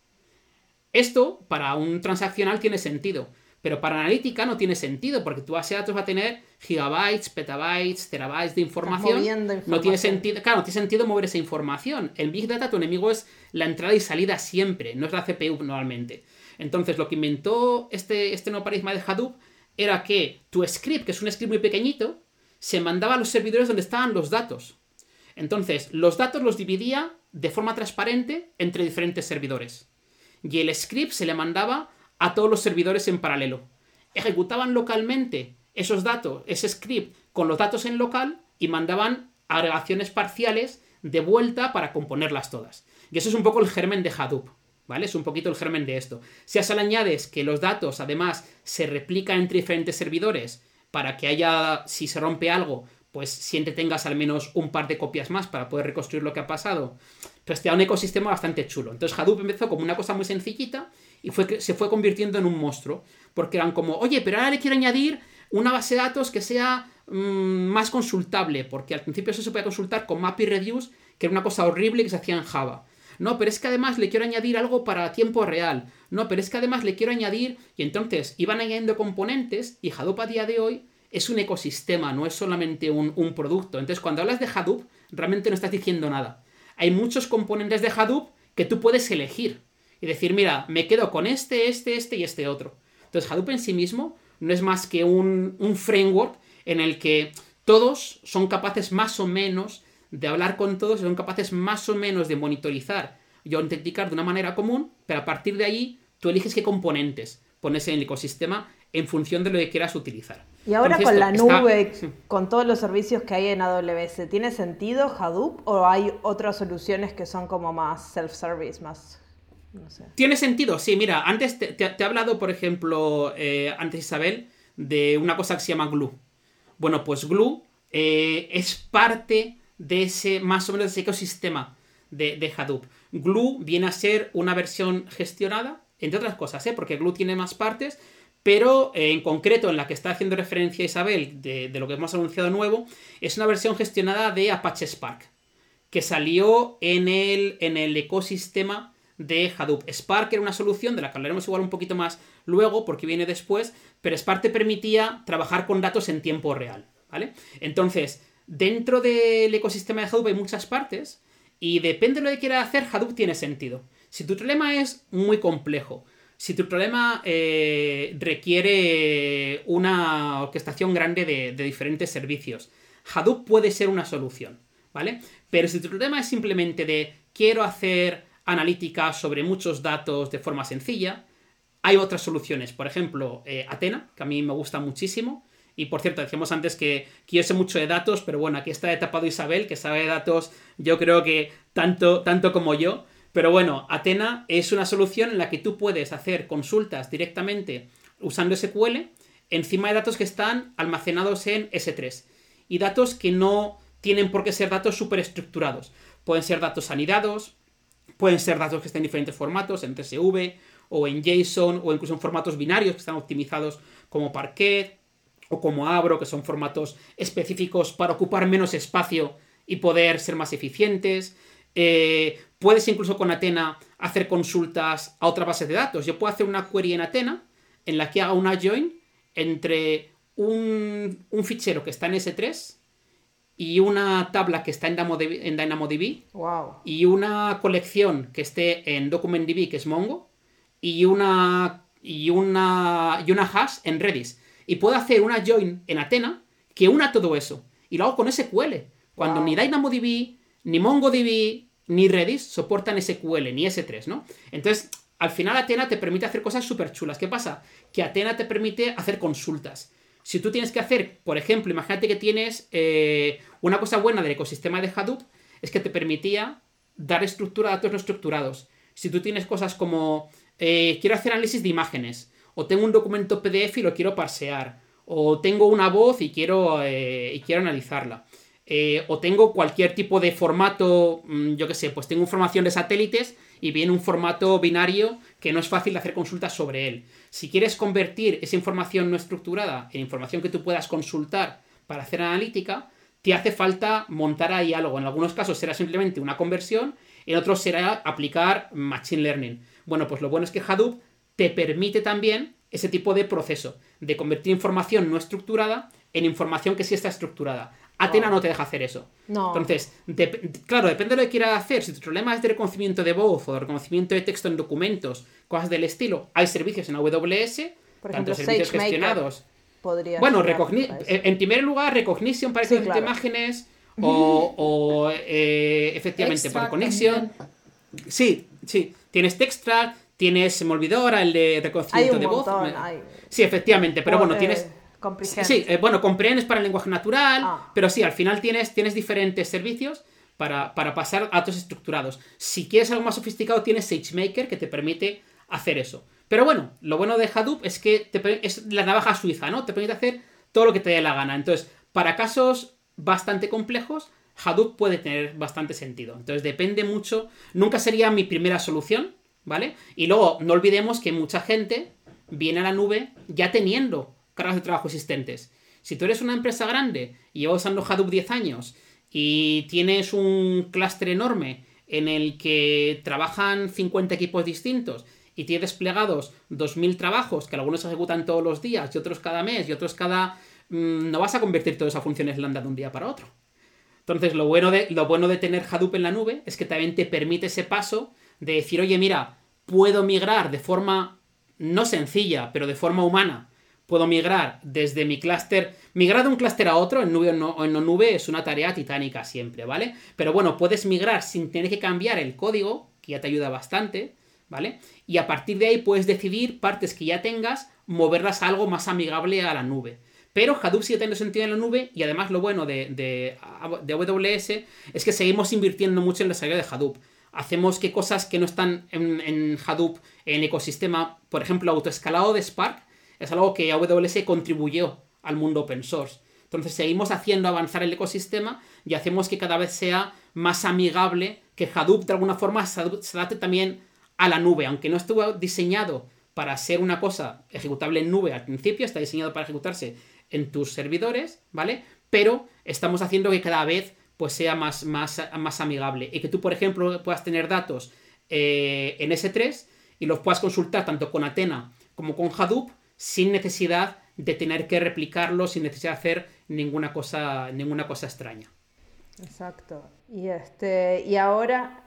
Esto para un transaccional tiene sentido, pero para analítica no tiene sentido, porque tu base de datos va a tener gigabytes, petabytes, terabytes de información. No tiene sentido, claro, no tiene sentido mover esa información. En Big Data tu enemigo es la entrada y salida siempre, no es la CPU normalmente. Entonces lo que inventó este nuevo paradigma de Hadoop era que tu script, que es un script muy pequeñito, se mandaba a los servidores donde estaban los datos. Entonces los datos los dividía de forma transparente entre diferentes servidores. Y el script se le mandaba a todos los servidores en paralelo. Ejecutaban localmente esos datos, ese script, con los datos en local y mandaban agregaciones parciales de vuelta para componerlas todas. Y eso es un poco el germen de Hadoop, ¿vale? Es un poquito el germen de esto. Si a eso le añades que los datos, además, se replican entre diferentes servidores para que haya, si se rompe algo, pues siempre tengas al menos un par de copias más para poder reconstruir lo que ha pasado, pues te da un ecosistema bastante chulo. Entonces Hadoop empezó como una cosa muy sencillita y se fue convirtiendo en un monstruo, porque eran como, oye, pero ahora le quiero añadir una base de datos que sea más consultable, porque al principio eso se podía consultar con map y reduce, que era una cosa horrible que se hacía en Java. No, pero es que además le quiero añadir algo para tiempo real. No, pero es que además le quiero añadir... Y entonces iban añadiendo componentes y Hadoop a día de hoy es un ecosistema, no es solamente un producto. Entonces cuando hablas de Hadoop, realmente no estás diciendo nada. Hay muchos componentes de Hadoop que tú puedes elegir y decir, mira, me quedo con este y este otro. Entonces Hadoop en sí mismo no es más que un framework en el que todos son capaces más o menos de hablar con todos, son capaces más o menos de monitorizar y autenticar de una manera común, pero a partir de ahí tú eliges qué componentes pones en el ecosistema en función de lo que quieras utilizar. Y ahora con la nube, con todos los servicios que hay en AWS, ¿tiene sentido Hadoop o hay otras soluciones que son como más self-service, más... No sé. Tiene sentido, sí, mira, antes te he hablado, por ejemplo, antes Isabel, de una cosa que se llama Glue. Bueno, pues Glue es parte de ese, más o menos, de ese ecosistema de Hadoop. Glue viene a ser una versión gestionada, entre otras cosas, porque Glue tiene más partes, pero en concreto en la que está haciendo referencia Isabel, de lo que hemos anunciado nuevo, es una versión gestionada de Apache Spark, que salió en el ecosistema de Hadoop. Spark era una solución de la que hablaremos igual un poquito más luego porque viene después, pero Spark te permitía trabajar con datos en tiempo real, ¿vale? Entonces, dentro del ecosistema de Hadoop hay muchas partes y depende de lo que quieras hacer, Hadoop tiene sentido. Si tu problema es muy complejo, si tu problema requiere una orquestación grande de diferentes servicios, Hadoop puede ser una solución, ¿vale? Pero si tu problema es simplemente de quiero hacer analítica sobre muchos datos de forma sencilla, hay otras soluciones. Por ejemplo, Athena, que a mí me gusta muchísimo. Y por cierto, decíamos antes que yo sé mucho de datos, pero bueno, aquí está tapado Isabel, que sabe de datos, yo creo que tanto como yo. Pero bueno, Athena es una solución en la que tú puedes hacer consultas directamente usando SQL encima de datos que están almacenados en S3. Y datos que no tienen por qué ser datos súper estructurados. Pueden ser datos anidados, pueden ser datos que estén en diferentes formatos, en CSV o en JSON o incluso en formatos binarios que están optimizados como Parquet o como Avro, que son formatos específicos para ocupar menos espacio y poder ser más eficientes. Puedes incluso con Athena hacer consultas a otra base de datos. Yo puedo hacer una query en Athena en la que haga una join entre un fichero que está en S3 y una tabla que está en DynamoDB, wow, y una colección que esté en DocumentDB, que es Mongo, y una hash en Redis. Y puedo hacer una join en Athena que una todo eso. Y lo hago con SQL. Cuando ni DynamoDB, ni MongoDB, ni Redis soportan SQL, ni S3, ¿no? Entonces, al final Athena te permite hacer cosas súper chulas. ¿Qué pasa? Que Athena te permite hacer consultas. Si tú tienes que hacer, por ejemplo, imagínate que tienes una cosa buena del ecosistema de Hadoop, es que te permitía dar estructura a datos no estructurados. Si tú tienes cosas como quiero hacer análisis de imágenes, o tengo un documento PDF y lo quiero parsear, o tengo una voz y quiero analizarla, o tengo cualquier tipo de formato, yo qué sé, pues tengo información de satélites y viene un formato binario que no es fácil de hacer consultas sobre él. Si quieres convertir esa información no estructurada en información que tú puedas consultar para hacer analítica, te hace falta montar ahí algo. En algunos casos será simplemente una conversión, en otros será aplicar Machine Learning. Bueno, pues lo bueno es que Hadoop te permite también ese tipo de proceso, de convertir información no estructurada en información que sí está estructurada. Athena no te deja hacer eso. No. Entonces, claro, depende de lo que quieras hacer. Si tu problema es de reconocimiento de voz o de reconocimiento de texto en documentos, cosas del estilo, hay servicios en AWS, Por tanto ejemplo, servicios SageMaker gestionados. podría Bueno, llegar a eso. en primer lugar, Recognition para Sí, reconocimiento de claro. imágenes o efectivamente por Extract Connection. también. Sí. Tienes Textract, tienes, se me olvidó ahora el de Hay reconocimiento un de voz. montón. Sí, efectivamente, pero bueno, tienes... Comprehend. Sí, bueno, Comprehend es para el lenguaje natural, Ah. pero sí, al final tienes diferentes servicios para pasar a datos estructurados. Si quieres algo más sofisticado, tienes SageMaker que te permite hacer eso. Pero bueno, lo bueno de Hadoop es que es la navaja suiza, ¿no? Te permite hacer todo lo que te dé la gana. Entonces, para casos bastante complejos, Hadoop puede tener bastante sentido. Entonces, depende mucho. Nunca sería mi primera solución, ¿vale? Y luego, no olvidemos que mucha gente viene a la nube ya teniendo cargas de trabajo existentes. Si tú eres una empresa grande y llevas usando Hadoop 10 años y tienes un clúster enorme en el que trabajan 50 equipos distintos y tienes desplegados 2000 trabajos que algunos se ejecutan todos los días y otros cada mes y otros cada... no vas a convertir todas esas funciones lambda de un día para otro. Entonces, lo bueno de tener Hadoop en la nube es que también te permite ese paso de decir, oye, mira, puedo migrar de forma no sencilla, pero de forma humana. Puedo migrar desde mi clúster. Migrar de un clúster a otro en nube o en no nube es una tarea titánica siempre, ¿vale? Pero bueno, puedes migrar sin tener que cambiar el código, que ya te ayuda bastante, ¿vale? Y a partir de ahí puedes decidir partes que ya tengas, moverlas a algo más amigable a la nube. Pero Hadoop sigue teniendo sentido en la nube y además lo bueno de AWS es que seguimos invirtiendo mucho en el desarrollo de Hadoop. Hacemos que cosas que no están en Hadoop, en ecosistema, por ejemplo, autoescalado de Spark, es algo que AWS contribuyó al mundo open source. Entonces seguimos haciendo avanzar el ecosistema y hacemos que cada vez sea más amigable, que Hadoop de alguna forma se adapte también a la nube, aunque no estuvo diseñado para ser una cosa ejecutable en nube al principio, está diseñado para ejecutarse en tus servidores, ¿vale? Pero estamos haciendo que cada vez pues sea más amigable y que tú, por ejemplo, puedas tener datos en S3 y los puedas consultar tanto con Athena como con Hadoop sin necesidad de tener que replicarlo, sin necesidad de hacer ninguna cosa extraña. Exacto. Y ahora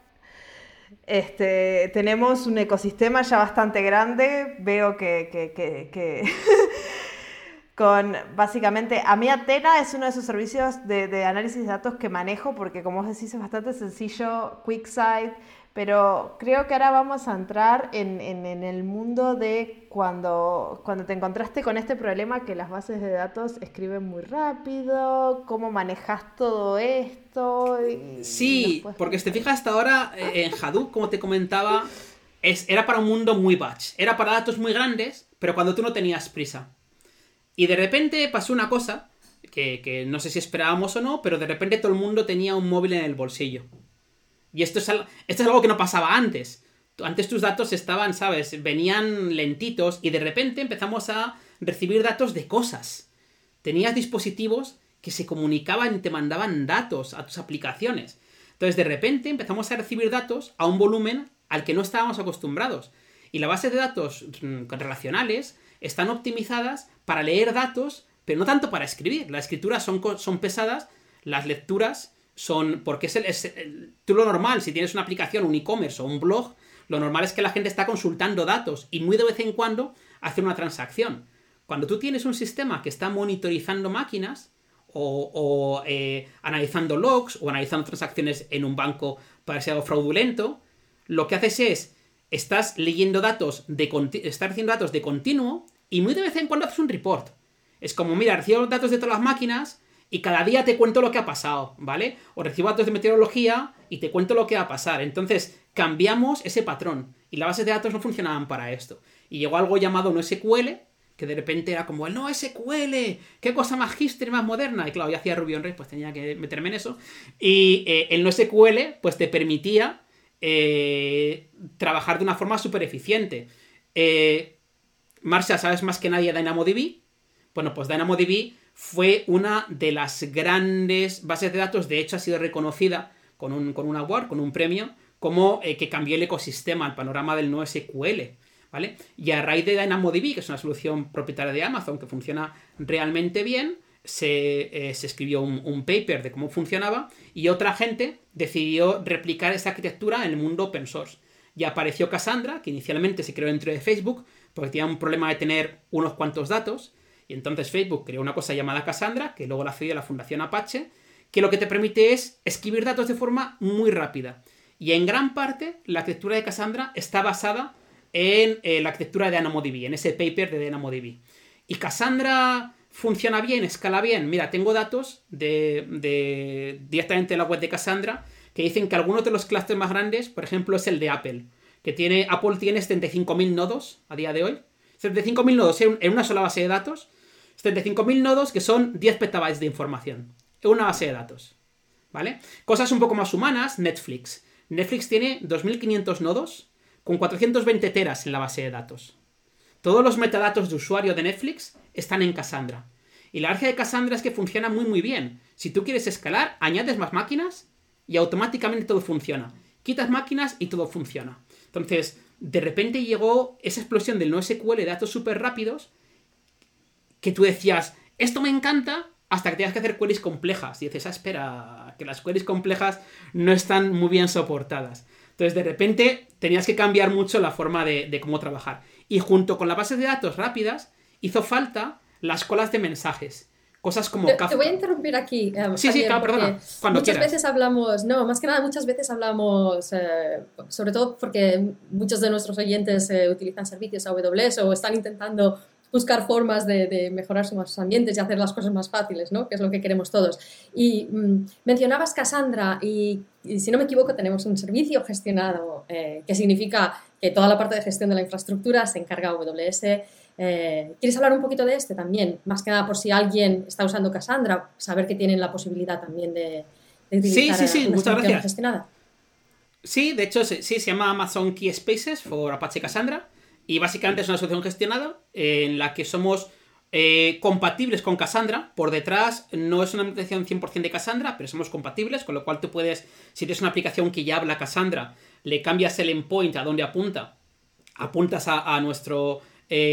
tenemos un ecosistema ya bastante grande. Veo que con básicamente, a mí Athena es uno de esos servicios de análisis de datos que manejo porque como vos decís es bastante sencillo, QuickSight, pero creo que ahora vamos a entrar en el mundo de cuando te encontraste con este problema que las bases de datos escriben muy rápido, cómo manejas todo esto. Sí, porque si te fijas hasta ahora en Hadoop, como te comentaba, era para un mundo muy batch, era para datos muy grandes, pero cuando tú no tenías prisa. Y de repente pasó una cosa, que no sé si esperábamos o no, pero de repente todo el mundo tenía un móvil en el bolsillo. Y esto es algo que no pasaba antes. Antes tus datos estaban, ¿sabes? Venían lentitos y de repente empezamos a recibir datos de cosas. Tenías dispositivos que se comunicaban y te mandaban datos a tus aplicaciones. Entonces de repente empezamos a recibir datos a un volumen al que no estábamos acostumbrados. Y la base de datos relacionales están optimizadas para leer datos, pero no tanto para escribir. Las escrituras son pesadas, las lecturas son... Porque tú lo normal, si tienes una aplicación, un e-commerce o un blog, lo normal es que la gente está consultando datos y muy de vez en cuando hace una transacción. Cuando tú tienes un sistema que está monitorizando máquinas o analizando logs o analizando transacciones en un banco para ser algo fraudulento, lo que haces es estás leyendo datos estás haciendo datos de continuo y muy de vez en cuando haces un report. Es como, mira, recibo datos de todas las máquinas y cada día te cuento lo que ha pasado, ¿vale? O recibo datos de meteorología y te cuento lo que va a pasar. Entonces, cambiamos ese patrón y las bases de datos no funcionaban para esto. Y llegó algo llamado NoSQL, que de repente era como el NoSQL, qué cosa más hipster, más moderna. Y claro, yo hacía Ruby on Rails, pues tenía que meterme en eso. Y el NoSQL, pues te permitía trabajar de una forma súper eficiente. Marcia, ¿sabes más que nadie de DynamoDB? Bueno, pues DynamoDB fue una de las grandes bases de datos, de hecho ha sido reconocida con un award, con un premio, como que cambió el ecosistema, el panorama del NoSQL, ¿vale? Y a raíz de DynamoDB, que es una solución propietaria de Amazon que funciona realmente bien, se escribió un paper de cómo funcionaba y otra gente decidió replicar esa arquitectura en el mundo open source. Y apareció Cassandra, que inicialmente se creó dentro de Facebook porque tenía un problema de tener unos cuantos datos. Y entonces Facebook creó una cosa llamada Cassandra, que luego la cedió a la Fundación Apache, que lo que te permite es escribir datos de forma muy rápida. Y en gran parte, la arquitectura de Cassandra está basada en la arquitectura de DynamoDB, en ese paper de DynamoDB. Y Cassandra funciona bien, escala bien. Mira, tengo datos directamente de la web de Cassandra que dicen que algunos de los clústeres más grandes, por ejemplo, es el de Apple. Apple tiene 75.000 nodos a día de hoy. 75.000 nodos en una sola base de datos. 75.000 nodos que son 10 petabytes de información en una base de datos, ¿vale? Cosas un poco más humanas, Netflix. Netflix tiene 2.500 nodos con 420 teras en la base de datos. Todos los metadatos de usuario de Netflix están en Cassandra. Y la gracia de Cassandra es que funciona muy muy bien. Si tú quieres escalar, añades más máquinas y automáticamente todo funciona. Quitas máquinas y todo funciona. Entonces, de repente llegó esa explosión del NoSQL de datos súper rápidos que tú decías, esto me encanta, hasta que tenías que hacer queries complejas. Y dices, espera, que las queries complejas no están muy bien soportadas. Entonces, de repente, tenías que cambiar mucho la forma de cómo trabajar. Y junto con las bases de datos rápidas, hizo falta las colas de mensajes. Cosas como Kafka. Te voy a interrumpir aquí. Sí, claro, perdona. Cuando muchas quieras. veces hablamos, más que nada, muchas veces hablamos, sobre todo porque muchos de nuestros oyentes utilizan servicios AWS o están intentando buscar formas de mejorar sus ambientes y hacer las cosas más fáciles, ¿no? Que es lo que queremos todos. Y mencionabas Cassandra y si no me equivoco tenemos un servicio gestionado que significa que toda la parte de gestión de la infraestructura se encarga AWS. ¿Quieres hablar un poquito de este también? Más que nada por si alguien está usando Cassandra, saber que tienen la posibilidad también de utilizar una solución gestionada. Sí, de hecho se llama Amazon Key Spaces for Apache Cassandra. Y básicamente es una solución gestionada en la que somos compatibles con Cassandra. Por detrás no es una aplicación 100% de Cassandra, pero somos compatibles, con lo cual tú puedes, si tienes una aplicación que ya habla Cassandra, le cambias el endpoint a donde apuntas a nuestro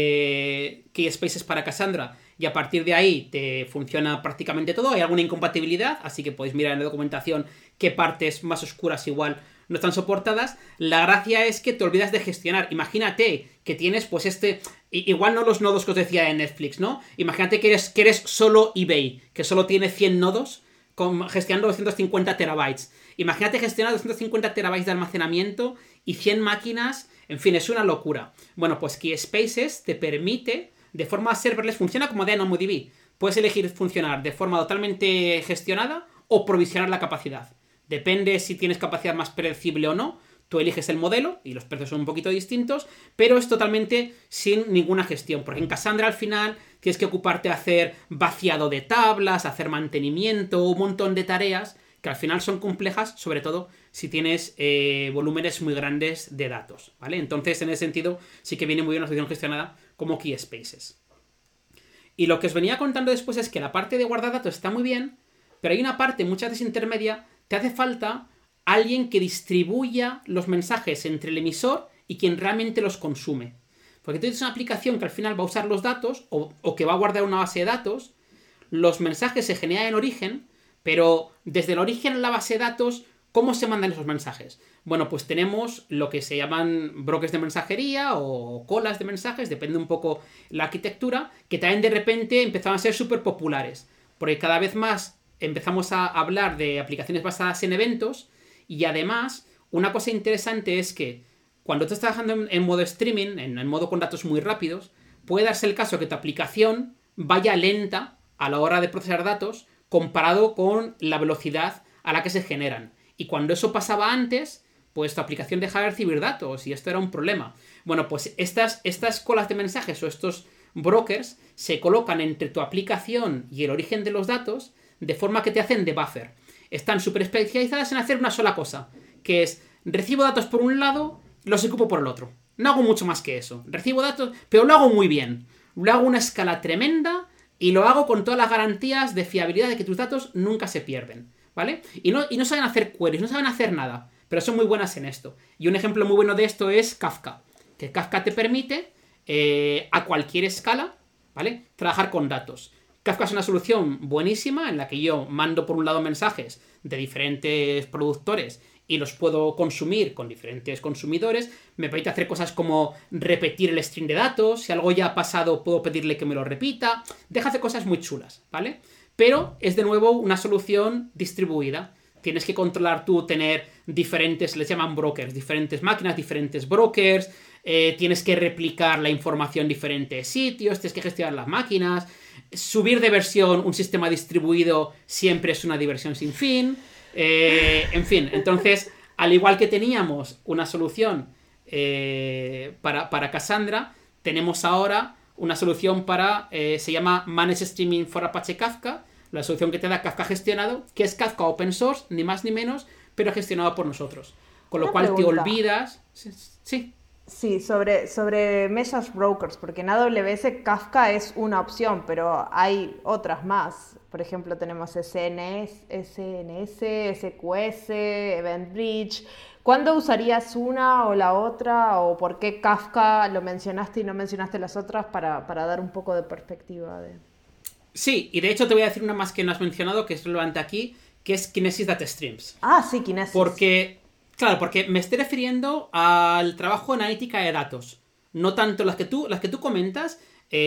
Key Spaces para Cassandra y a partir de ahí te funciona prácticamente todo. Hay alguna incompatibilidad, así que podéis mirar en la documentación qué partes más oscuras igual no están soportadas. La gracia es que te olvidas de gestionar. Imagínate que tienes pues igual no los nodos que os decía de Netflix, ¿no? Imagínate que eres solo eBay, que solo tiene 100 nodos gestionando 250 terabytes. Imagínate gestionar 250 terabytes de almacenamiento y 100 máquinas. En fin, es una locura. Bueno, pues Keyspaces te permite, de forma serverless, funciona como DynamoDB. Puedes elegir funcionar de forma totalmente gestionada o provisionar la capacidad. Depende si tienes capacidad más predecible o no. Tú eliges el modelo y los precios son un poquito distintos, pero es totalmente sin ninguna gestión. Porque en Cassandra al final tienes que ocuparte de hacer vaciado de tablas, hacer mantenimiento, un montón de tareas que al final son complejas, sobre todo si tienes volúmenes muy grandes de datos, ¿vale? Entonces, en ese sentido, sí que viene muy bien una solución gestionada como Keyspaces. Y lo que os venía contando después es que la parte de guardar datos está muy bien, pero hay una parte muchas veces intermedia. Te hace falta alguien que distribuya los mensajes entre el emisor y quien realmente los consume. Porque tú tienes una aplicación que al final va a usar los datos o que va a guardar una base de datos. Los mensajes se generan en origen, pero desde el origen en la base de datos, ¿cómo se mandan esos mensajes? Bueno, pues tenemos lo que se llaman bloques de mensajería o colas de mensajes, depende un poco la arquitectura, que también de repente empezaron a ser súper populares. Porque cada vez más empezamos a hablar de aplicaciones basadas en eventos y además una cosa interesante es que cuando tú estás trabajando en modo streaming, en modo con datos muy rápidos, puede darse el caso que tu aplicación vaya lenta a la hora de procesar datos comparado con la velocidad a la que se generan. Y cuando eso pasaba antes, pues tu aplicación dejaba de recibir datos y esto era un problema. Bueno, pues estas colas de mensajes o estos brokers se colocan entre tu aplicación y el origen de los datos de forma que te hacen de buffer. Están súper especializadas en hacer una sola cosa, que es recibo datos por un lado, los ocupo por el otro. No hago mucho más que eso. Recibo datos, pero lo hago muy bien. Lo hago a una escala tremenda y lo hago con todas las garantías de fiabilidad de que tus datos nunca se pierden, ¿vale? Y no saben hacer queries, no saben hacer nada, pero son muy buenas en esto. Y un ejemplo muy bueno de esto es Kafka, que Kafka te permite a cualquier escala, ¿vale?, trabajar con datos. Kafka es una solución buenísima en la que yo mando por un lado mensajes de diferentes productores y los puedo consumir con diferentes consumidores. Me permite hacer cosas como repetir el string de datos. Si algo ya ha pasado, puedo pedirle que me lo repita. Deja hacer cosas muy chulas, ¿vale? Pero es de nuevo una solución distribuida. Tienes que controlar tú, tener diferentes, les llaman brokers, diferentes máquinas, diferentes brokers. Tienes que replicar la información en diferentes sitios. Tienes que gestionar las máquinas. Subir de versión un sistema distribuido siempre es una diversión sin fin. En fin, entonces, al igual que teníamos una solución para Cassandra, tenemos ahora una solución se llama Managed Streaming for Apache Kafka, la solución que te da Kafka gestionado, que es Kafka Open Source, ni más ni menos, pero gestionado por nosotros. Con lo cual te olvidas... Sí. Sí, sobre Message Brokers, porque en AWS Kafka es una opción, pero hay otras más. Por ejemplo, tenemos SNS, SQS, EventBridge. ¿Cuándo usarías una o la otra? ¿O por qué Kafka lo mencionaste y no mencionaste las otras para dar un poco de perspectiva? Sí, y de hecho te voy a decir una más que no has mencionado, que es relevante aquí, que es Kinesis Data Streams. Ah, sí, Kinesis. Porque me estoy refiriendo al trabajo analítica de datos. No tanto las que tú comentas,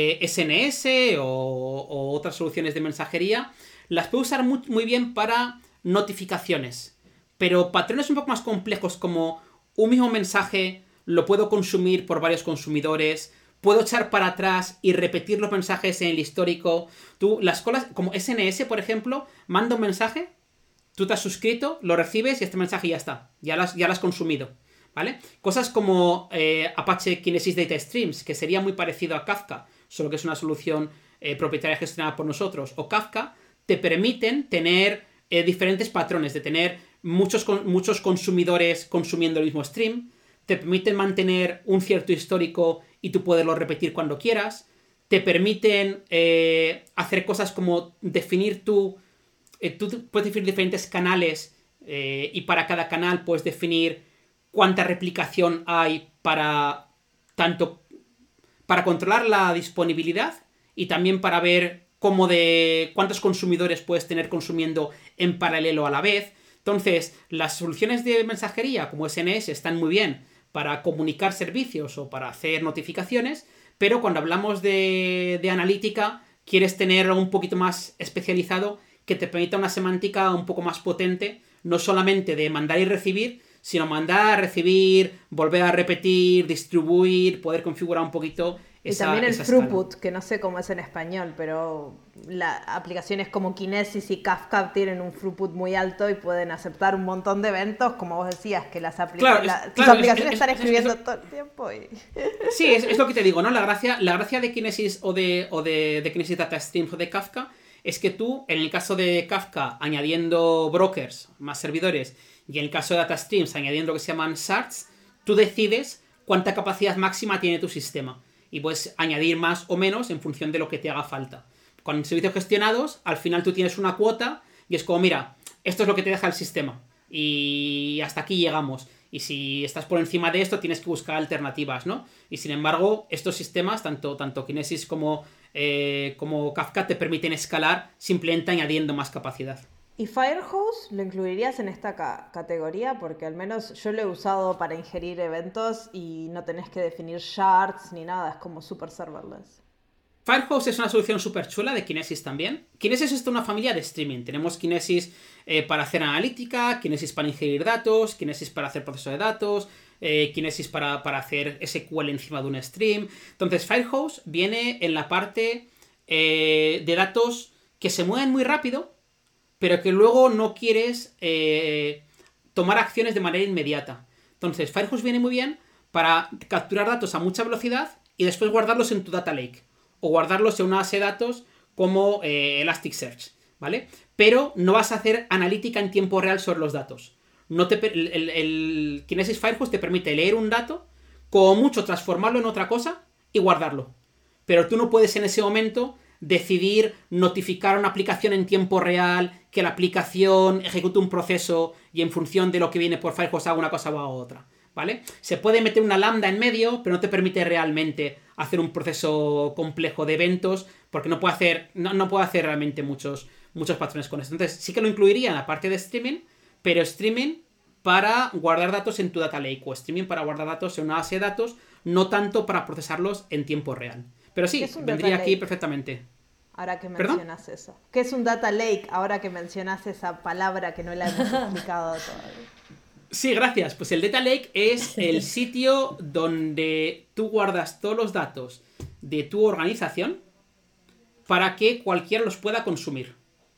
SNS o otras soluciones de mensajería, las puedo usar muy, muy bien para notificaciones. Pero patrones un poco más complejos, como un mismo mensaje lo puedo consumir por varios consumidores, puedo echar para atrás y repetir los mensajes en el histórico. Las colas, como SNS, por ejemplo, manda un mensaje. Tú te has suscrito, lo recibes y este mensaje ya está. Ya lo has consumido, ¿vale? Cosas como Apache Kinesis Data Streams, que sería muy parecido a Kafka, solo que es una solución propietaria gestionada por nosotros, o Kafka, te permiten tener diferentes patrones, de tener muchos consumidores consumiendo el mismo stream, te permiten mantener un cierto histórico y tú poderlo repetir cuando quieras, te permiten hacer cosas como definir tú puedes definir diferentes canales y para cada canal puedes definir cuánta replicación hay tanto para controlar la disponibilidad y también para ver cuántos consumidores puedes tener consumiendo en paralelo a la vez. Entonces, las soluciones de mensajería como SNS están muy bien para comunicar servicios o para hacer notificaciones, pero cuando hablamos de analítica, quieres tener algo un poquito más especializado que te permita una semántica un poco más potente, no solamente de mandar y recibir, sino mandar, recibir, volver a repetir, distribuir, poder configurar un poquito esa. Y también el throughput, que no sé cómo es en español, pero las aplicaciones como Kinesis y Kafka tienen un throughput muy alto y pueden aceptar un montón de eventos, como vos decías, que tus aplicaciones están escribiendo todo el tiempo. Sí, es lo que te digo, ¿no? La gracia de Kinesis o de Kinesis Data Streams o de Kafka es que tú, en el caso de Kafka, añadiendo brokers, más servidores, y en el caso de Data Streams, añadiendo lo que se llaman shards, tú decides cuánta capacidad máxima tiene tu sistema. Y puedes añadir más o menos en función de lo que te haga falta. Con servicios gestionados, al final tú tienes una cuota y es como, mira, esto es lo que te deja el sistema. Y hasta aquí llegamos. Y si estás por encima de esto, tienes que buscar alternativas, ¿no? Y sin embargo, estos sistemas, tanto Kinesis como Kafka, te permiten escalar simplemente añadiendo más capacidad. ¿Y Firehose lo incluirías en esta categoría? Porque al menos yo lo he usado para ingerir eventos y no tenés que definir shards ni nada, es como super serverless. Firehose es una solución súper chula de Kinesis también. Kinesis es una familia de streaming. Tenemos Kinesis para hacer analítica, Kinesis para ingerir datos, Kinesis para hacer proceso de datos, Kinesis para hacer SQL encima de un stream. Entonces, Firehose viene en la parte de datos que se mueven muy rápido, pero que luego no quieres tomar acciones de manera inmediata. Entonces, Firehose viene muy bien para capturar datos a mucha velocidad y después guardarlos en tu data lake o guardarlos en una base de datos como Elasticsearch, ¿vale? Pero no vas a hacer analítica en tiempo real sobre los datos. El Kinesis Firehose te permite leer un dato, como mucho transformarlo en otra cosa y guardarlo. Pero tú no puedes en ese momento decidir notificar a una aplicación en tiempo real, que la aplicación ejecute un proceso y en función de lo que viene por Firehose haga una cosa o haga otra, ¿vale? Se puede meter una lambda en medio, pero no te permite realmente hacer un proceso complejo de eventos, porque no puede hacer realmente muchos patrones con esto. Entonces sí que lo incluiría en la parte de streaming, pero streaming para guardar datos en tu data lake o streaming para guardar datos en una base de datos, no tanto para procesarlos en tiempo real. Pero sí, vendría aquí perfectamente. Ahora que mencionas eso. ¿Qué es un data lake? Ahora que mencionas esa palabra que no la hemos explicado todavía. Sí, gracias. Pues el data lake es el sitio donde tú guardas todos los datos de tu organización para que cualquiera los pueda consumir.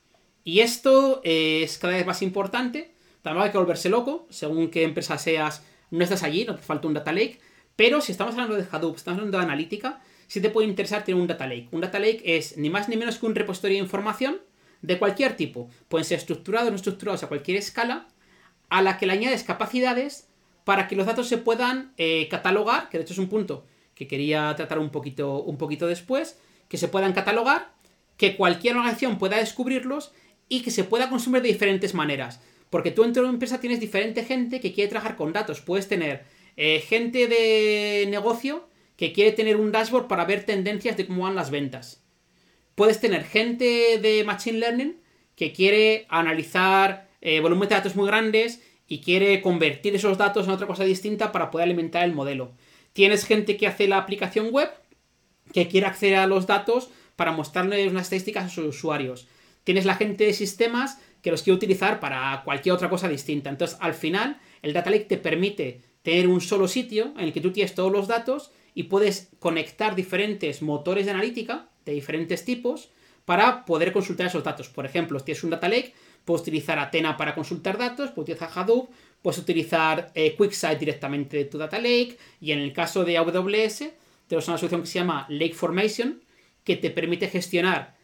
Y esto es cada vez más importante. También hay que volverse loco. Según qué empresa seas, no estás allí, no te falta un data lake. Pero si estamos hablando de Hadoop, estamos hablando de analítica, sí te puede interesar tener un data lake. Un data lake es ni más ni menos que un repositorio de información de cualquier tipo. Pueden ser estructurados o no estructurados a cualquier escala, a la que le añades capacidades para que los datos se puedan catalogar, que de hecho es un punto que quería tratar un poquito después, que se puedan catalogar, que cualquier organización pueda descubrirlos y que se pueda consumir de diferentes maneras. Porque tú en tu empresa tienes diferente gente que quiere trabajar con datos. Puedes tener gente de negocio que quiere tener un dashboard para ver tendencias de cómo van las ventas. Puedes tener gente de Machine Learning que quiere analizar volúmenes de datos muy grandes y quiere convertir esos datos en otra cosa distinta para poder alimentar el modelo. Tienes gente que hace la aplicación web que quiere acceder a los datos para mostrarles unas estadísticas a sus usuarios. Tienes la gente de sistemas que los quiere utilizar para cualquier otra cosa distinta. Entonces, al final, el Data Lake te permite tener un solo sitio en el que tú tienes todos los datos y puedes conectar diferentes motores de analítica de diferentes tipos para poder consultar esos datos. Por ejemplo, si tienes un Data Lake, puedes utilizar Athena para consultar datos, puedes utilizar Hadoop, puedes utilizar QuickSight directamente de tu Data Lake, y en el caso de AWS, tenemos una solución que se llama Lake Formation, que te permite gestionar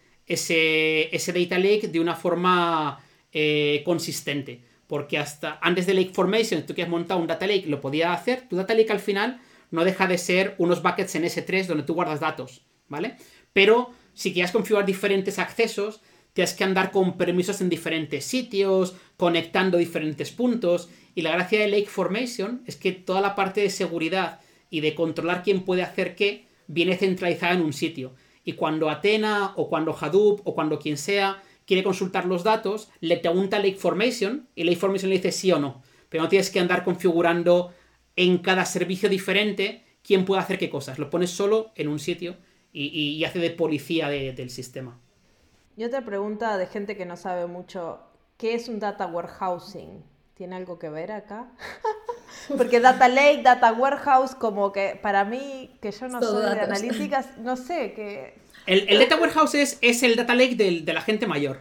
ese Data Lake de una forma consistente. Porque hasta antes de Lake Formation, tú que has montado un Data Lake, lo podías hacer. Tu Data Lake al final no deja de ser unos buckets en S3 donde tú guardas datos, ¿vale? Pero si quieres configurar diferentes accesos, tienes que andar con permisos en diferentes sitios, conectando diferentes puntos. Y la gracia de Lake Formation es que toda la parte de seguridad y de controlar quién puede hacer qué viene centralizada en un sitio. Y cuando Athena o cuando Hadoop o cuando quien sea quiere consultar los datos, le pregunta Lake Formation y Lake Formation le dice sí o no. Pero no tienes que andar configurando en cada servicio diferente quién puede hacer qué cosas. Lo pones solo en un sitio y hace de policía del sistema. Y otra pregunta de gente que no sabe mucho, ¿qué es un data warehousing? ¿Tiene algo que ver acá? Porque data lake, data warehouse, como que para mí, que yo no soy de analíticas, no sé, que... El data warehouse es el data lake de la gente mayor.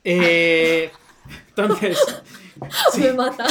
Entonces... Sí, me mata.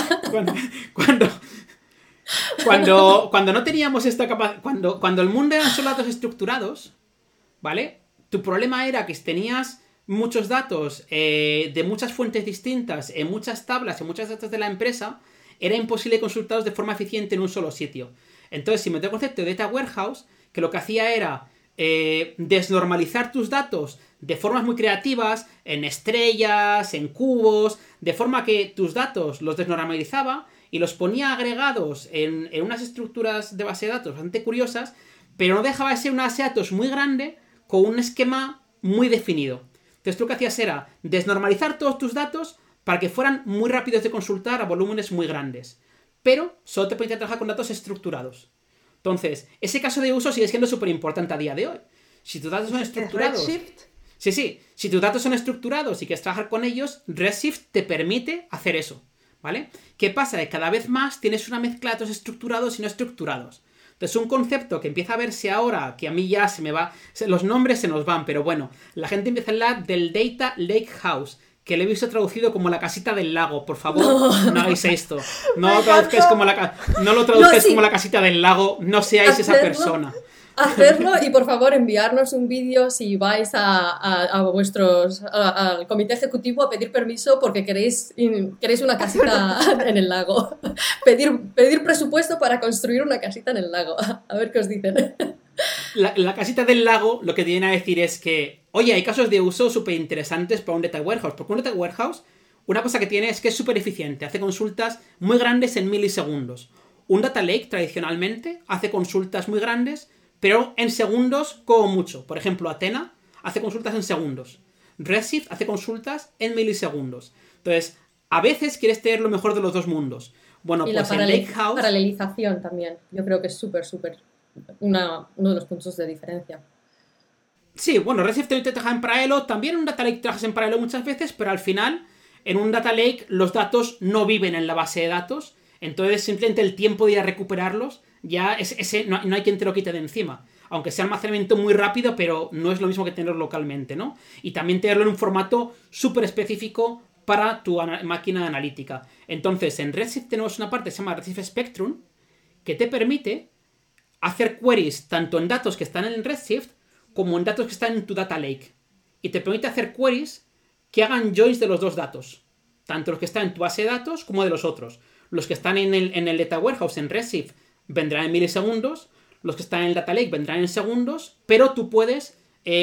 Cuando no teníamos esta capacidad... Cuando el mundo eran solo datos estructurados, ¿vale? Tu problema era que tenías muchos datos de muchas fuentes distintas, en muchas tablas, en muchos datos de la empresa, era imposible consultarlos de forma eficiente en un solo sitio. Entonces, si meto el concepto de data warehouse, que lo que hacía era desnormalizar tus datos de formas muy creativas, en estrellas, en cubos, de forma que tus datos los desnormalizaba y los ponía agregados en unas estructuras de base de datos bastante curiosas, pero no dejaba de ser una base de datos muy grande con un esquema muy definido. Entonces tú lo que hacías era desnormalizar todos tus datos para que fueran muy rápidos de consultar a volúmenes muy grandes. Pero solo te permitía trabajar con datos estructurados. Entonces, ese caso de uso sigue siendo súper importante a día de hoy. Si tus datos son estructurados... ¿Redshift? Sí. Si tus datos son estructurados y quieres trabajar con ellos, Redshift te permite hacer eso. ¿vale? ¿Qué pasa? Que cada vez más tienes una mezcla de datos estructurados y no estructurados. Entonces, un concepto que empieza a verse ahora, que a mí ya se me va, los nombres se nos van, pero bueno, la gente empieza a hablar del Data Lake House, que lo he visto traducido como la casita del lago. Por favor, no hagáis esto. No lo traduzcáis como como la casita del lago, no seáis esa persona. Hacerlo y por favor enviarnos un vídeo si vais al comité ejecutivo a pedir permiso porque queréis una casita en el lago. Pedir presupuesto para construir una casita en el lago. A ver qué os dicen. La casita del lago lo que viene a decir es que, oye, hay casos de uso súper interesantes para un data warehouse. Porque un data warehouse, una cosa que tiene es que es súper eficiente. Hace consultas muy grandes en milisegundos. Un data lake tradicionalmente hace consultas muy grandes pero en segundos como mucho. Por ejemplo, Athena hace consultas en segundos. Redshift hace consultas en milisegundos. Entonces, a veces quieres tener lo mejor de los dos mundos. Bueno, y pues la en Lakehouse... paralelización también. Yo creo que es súper uno de los puntos de diferencia. Sí, bueno, Redshift te trabaja en paralelo. También en un data lake trabajas en paralelo muchas veces, pero al final, en un data lake, los datos no viven en la base de datos. Entonces, simplemente el tiempo de ir a recuperarlos ya no hay quien te lo quite de encima. Aunque sea almacenamiento muy rápido, pero no es lo mismo que tenerlo localmente, ¿no? Y también tenerlo en un formato súper específico para tu máquina analítica. Entonces, en Redshift tenemos una parte que se llama Redshift Spectrum, que te permite hacer queries tanto en datos que están en Redshift como en datos que están en tu data lake. Y te permite hacer queries que hagan joins de los dos datos. Tanto los que están en tu base de datos como de los otros. Los que están en el Data Warehouse, en Redshift, vendrán en milisegundos. Los que están en el Data Lake vendrán en segundos. Pero tú puedes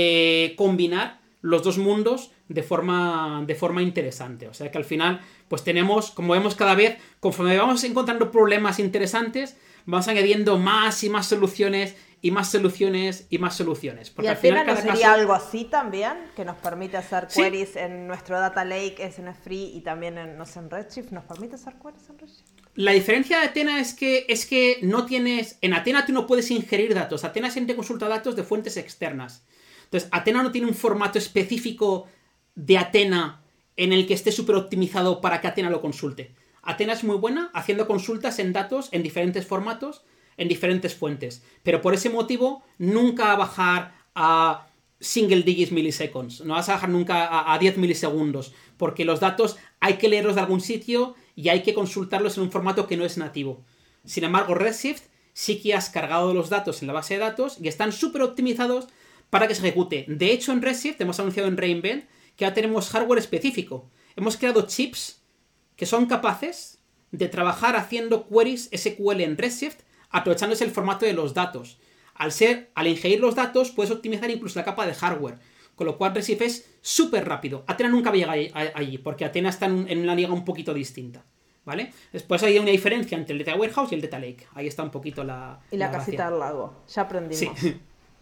combinar los dos mundos de forma interesante. O sea que al final, pues tenemos, como vemos cada vez, conforme vamos encontrando problemas interesantes, vamos añadiendo más y más soluciones y más soluciones y más soluciones. Porque ¿y al final no sería algo así también? Que nos permite hacer queries en nuestro data lake, es en free y también en Redshift. ¿Nos permite hacer queries en Redshift? La diferencia de Athena es que no tienes... En Athena tú no puedes ingerir datos. Athena siempre consulta datos de fuentes externas. Entonces, Athena no tiene un formato específico de Athena en el que esté súper optimizado para que Athena lo consulte. Athena es muy buena haciendo consultas en datos en diferentes formatos, en diferentes fuentes. Pero por ese motivo, nunca va a bajar a single digits milliseconds. No vas a bajar nunca a 10 milisegundos. Porque los datos hay que leerlos de algún sitio y hay que consultarlos en un formato que no es nativo. Sin embargo, Redshift sí que has cargado los datos en la base de datos y están súper optimizados para que se ejecute. De hecho, en Redshift hemos anunciado en re:Invent que ya tenemos hardware específico. Hemos creado chips que son capaces de trabajar haciendo queries SQL en Redshift aprovechándose el formato de los datos. Al ingerir los datos puedes optimizar incluso la capa de hardware. Con lo cual Redshift es súper rápido. Athena nunca va a llegar allí, porque Athena está en una liga un poquito distinta. ¿Vale? Después hay una diferencia entre el Data Warehouse y el Data Lake. Ahí está un poquito la... Y la casita del lago. Ya aprendimos. Sí.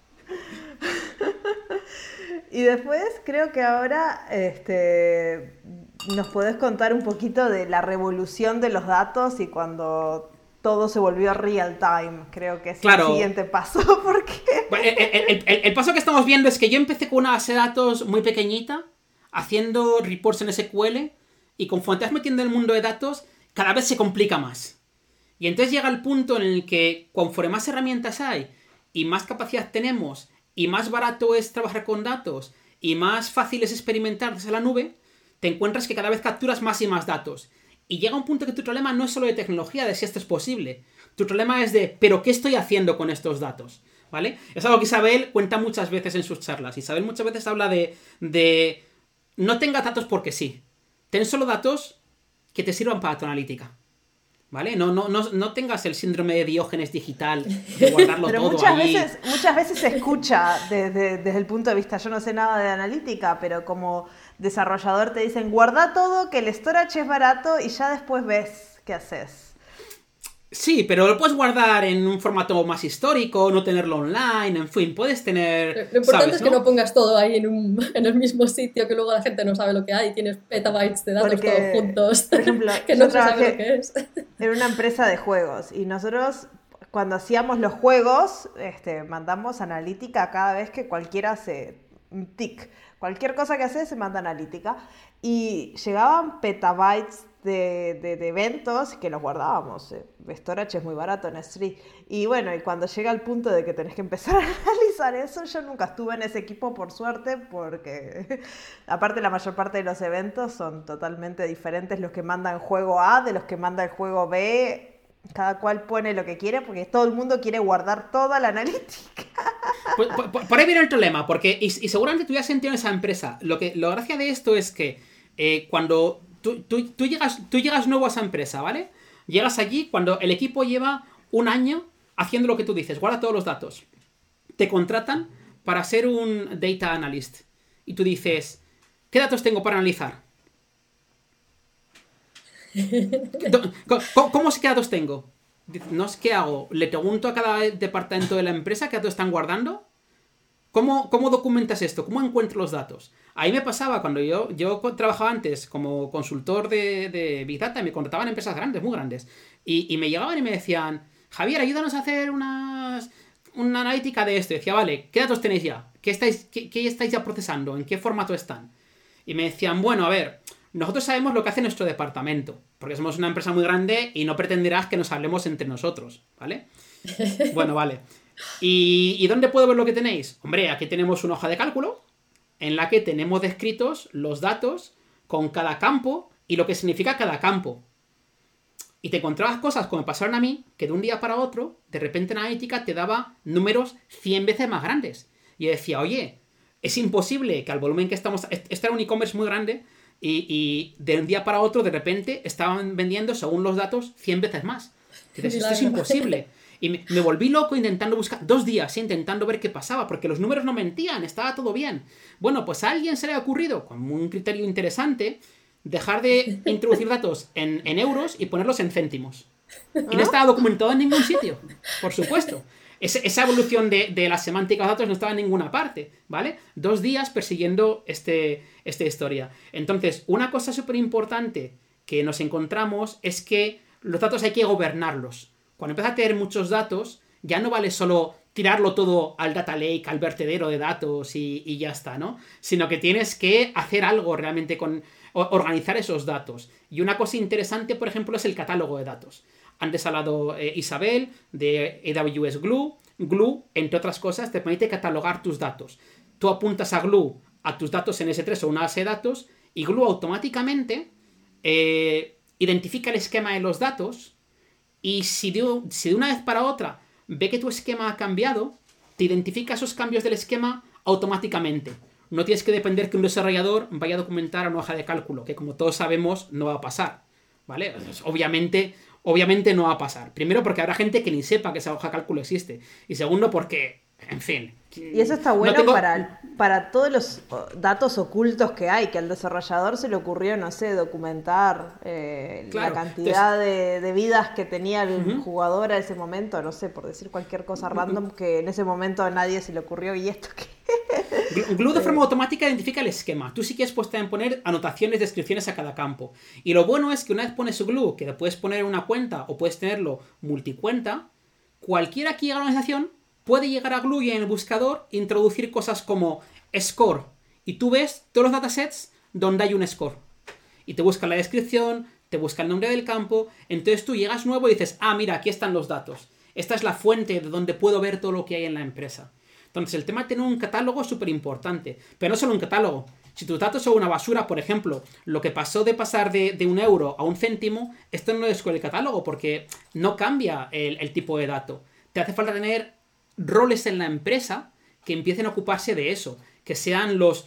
Y después creo que ahora nos podés contar un poquito de la revolución de los datos y cuando todo se volvió real time. Creo que es el siguiente paso. Porque el paso que estamos viendo es que yo empecé con una base de datos muy pequeñita, haciendo reports en SQL, y conforme te vas metiendo en el mundo de datos, cada vez se complica más. Y entonces llega el punto en el que, conforme más herramientas hay, y más capacidad tenemos, y más barato es trabajar con datos, y más fácil es experimentar desde la nube, te encuentras que cada vez capturas más y más datos. Y llega un punto que tu problema no es solo de tecnología, de si esto es posible. Tu problema es de, ¿pero qué estoy haciendo con estos datos? ¿Vale? Es algo que Isabel cuenta muchas veces en sus charlas. Isabel muchas veces habla de no tengas datos porque sí. Ten solo datos que te sirvan para tu analítica. ¿Vale? No tengas el síndrome de Diógenes digital de guardarlo pero todo allí. Muchas veces se escucha desde el punto de vista, yo no sé nada de analítica, pero como desarrollador te dicen guarda todo, que el storage es barato y ya después ves qué haces. Sí, pero lo puedes guardar en un formato más histórico, no tenerlo online, en fin, puedes tener... Lo importante es que no pongas todo ahí en el mismo sitio, que luego la gente no sabe lo que hay, tienes petabytes de datos todos juntos, por ejemplo, que no se sabe lo que es. En una empresa de juegos, y nosotros cuando hacíamos los juegos, mandamos analítica cada vez que cualquiera hace un tic. Cualquier cosa que hace se manda analítica. Y llegaban petabytes de eventos que los guardábamos. Storage es muy barato en S3. Y bueno, y cuando llega el punto de que tenés que empezar a analizar eso, yo nunca estuve en ese equipo, por suerte, porque aparte la mayor parte de los eventos son totalmente diferentes los que mandan juego A de los que manda el juego B. Cada cual pone lo que quiere porque todo el mundo quiere guardar toda la analítica. Por ahí viene el problema, porque, y seguramente tú ya has sentido en esa empresa, la gracia de esto es que cuando tú llegas nuevo a esa empresa, ¿vale? Llegas allí cuando el equipo lleva un año haciendo lo que tú dices, guarda todos los datos. Te contratan para ser un data analyst. Y tú dices, ¿qué datos tengo para analizar? ¿Cómo sé qué datos tengo? No sé qué hago. ¿Le pregunto a cada departamento de la empresa qué datos están guardando? ¿Cómo documentas esto? ¿Cómo encuentro los datos? Ahí me pasaba cuando yo trabajaba antes como consultor de Big Data, me contrataban empresas grandes, muy grandes, y me llegaban y me decían, Javier, ayúdanos a hacer una analítica de esto. Y decía, vale, ¿qué datos tenéis ya? ¿Qué estáis ya procesando? ¿En qué formato están? Y me decían, bueno, a ver, nosotros sabemos lo que hace nuestro departamento, porque somos una empresa muy grande y no pretenderás que nos hablemos entre nosotros, ¿vale? Bueno, vale. ¿Y dónde puedo ver lo que tenéis? Hombre, aquí tenemos una hoja de cálculo en la que tenemos descritos los datos con cada campo y lo que significa cada campo. Y te encontrabas cosas como me pasaron a mí, que de un día para otro, de repente en analítica te daba números 100 veces más grandes. Y yo decía, oye, es imposible que al volumen que estamos... Este era un e-commerce muy grande y de un día para otro, de repente, estaban vendiendo, según los datos, 100 veces más. Y dices, esto es imposible. Y me volví loco intentando buscar 2 días, intentando ver qué pasaba, porque los números no mentían, estaba todo bien. Bueno, pues a alguien se le ha ocurrido, con un criterio interesante, dejar de introducir datos en euros y ponerlos en céntimos. Y no estaba documentado en ningún sitio, por supuesto. Esa evolución de la semántica de datos no estaba en ninguna parte, ¿vale? 2 días persiguiendo esta historia. Entonces, una cosa súper importante que nos encontramos es que los datos hay que gobernarlos. Cuando empiezas a tener muchos datos, ya no vale solo tirarlo todo al data lake, al vertedero de datos y ya está, ¿no? Sino que tienes que hacer algo realmente con organizar esos datos. Y una cosa interesante, por ejemplo, es el catálogo de datos. Antes ha hablado Isabel de AWS Glue. Glue, entre otras cosas, te permite catalogar tus datos. Tú apuntas a Glue a tus datos en S3 o una base de datos y Glue automáticamente identifica el esquema de los datos. Y si de una vez para otra ve que tu esquema ha cambiado, te identifica esos cambios del esquema automáticamente. No tienes que depender que un desarrollador vaya a documentar a una hoja de cálculo, que como todos sabemos no va a pasar, ¿vale? Pues obviamente no va a pasar. Primero porque habrá gente que ni sepa que esa hoja de cálculo existe. Y segundo porque, en fin... Y eso está bueno para todos los datos ocultos que hay, que al desarrollador se le ocurrió, no sé, documentar la cantidad de vidas que tenía el jugador a ese momento, no sé, por decir cualquier cosa random que en ese momento a nadie se le ocurrió y esto que... Glue de forma automática identifica el esquema. Tú sí quieres pues también poner anotaciones, descripciones a cada campo. Y lo bueno es que una vez pones Glue, que le puedes poner una cuenta o puedes tenerlo multicuenta, cualquiera que llegue a la organización puede llegar a Glue y en el buscador introducir cosas como score. Y tú ves todos los datasets donde hay un score. Y te busca la descripción, te busca el nombre del campo. Entonces tú llegas nuevo y dices, mira, aquí están los datos. Esta es la fuente de donde puedo ver todo lo que hay en la empresa. Entonces el tema de tener un catálogo es súper importante. Pero no solo un catálogo. Si tus datos son una basura, por ejemplo, lo que pasó de pasar de 1 euro a 1 céntimo, esto no es con el catálogo porque no cambia el tipo de dato. Te hace falta tener roles en la empresa que empiecen a ocuparse de eso, que sean los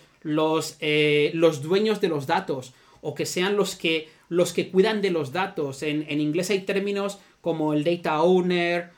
dueños de los datos o que sean los que cuidan de los datos. En inglés hay términos como el data owner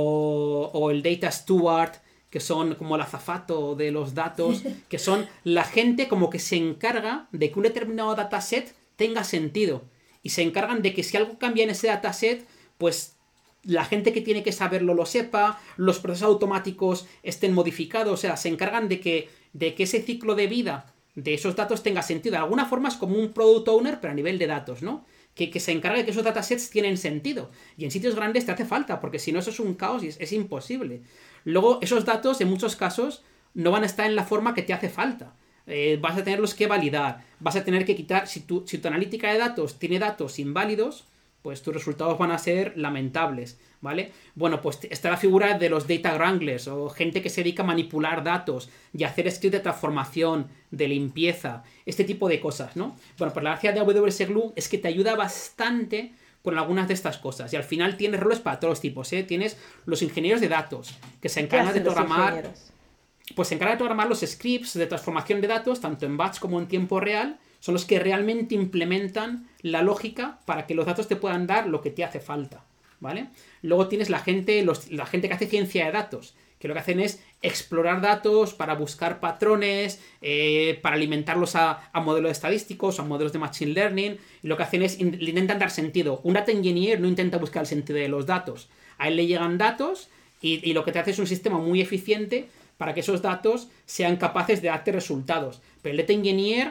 o el data steward, que son como el azafato de los datos, que son la gente como que se encarga de que un determinado dataset tenga sentido y se encargan de que si algo cambia en ese dataset, pues la gente que tiene que saberlo lo sepa, los procesos automáticos estén modificados, o sea, se encargan de que ese ciclo de vida de esos datos tenga sentido. De alguna forma es como un product owner, pero a nivel de datos, ¿no? Que se encargue de que esos datasets tienen sentido. Y en sitios grandes te hace falta, porque si no eso es un caos y es imposible. Luego, esos datos, en muchos casos, no van a estar en la forma que te hace falta. vas a tenerlos que validar, vas a tener que quitar, si tu analítica de datos tiene datos inválidos, pues tus resultados van a ser lamentables, ¿vale? Bueno, pues está la figura de los data wranglers o gente que se dedica a manipular datos y a hacer scripts de transformación, de limpieza, este tipo de cosas, ¿no? Bueno, pues la gracia de AWS Glue es que te ayuda bastante con algunas de estas cosas y al final tienes roles para todos los tipos, ¿eh? Tienes los ingenieros de datos que se encargan de programar, pues se encargan de programar los scripts de transformación de datos tanto en batch como en tiempo real. Son los que realmente implementan la lógica para que los datos te puedan dar lo que te hace falta, ¿vale? Luego tienes la gente que hace ciencia de datos, que lo que hacen es explorar datos para buscar patrones, para alimentarlos a modelos estadísticos, a modelos de machine learning, y lo que hacen es, le intentan dar sentido. Un data engineer no intenta buscar el sentido de los datos. A él le llegan datos y lo que te hace es un sistema muy eficiente para que esos datos sean capaces de darte resultados. Pero el data engineer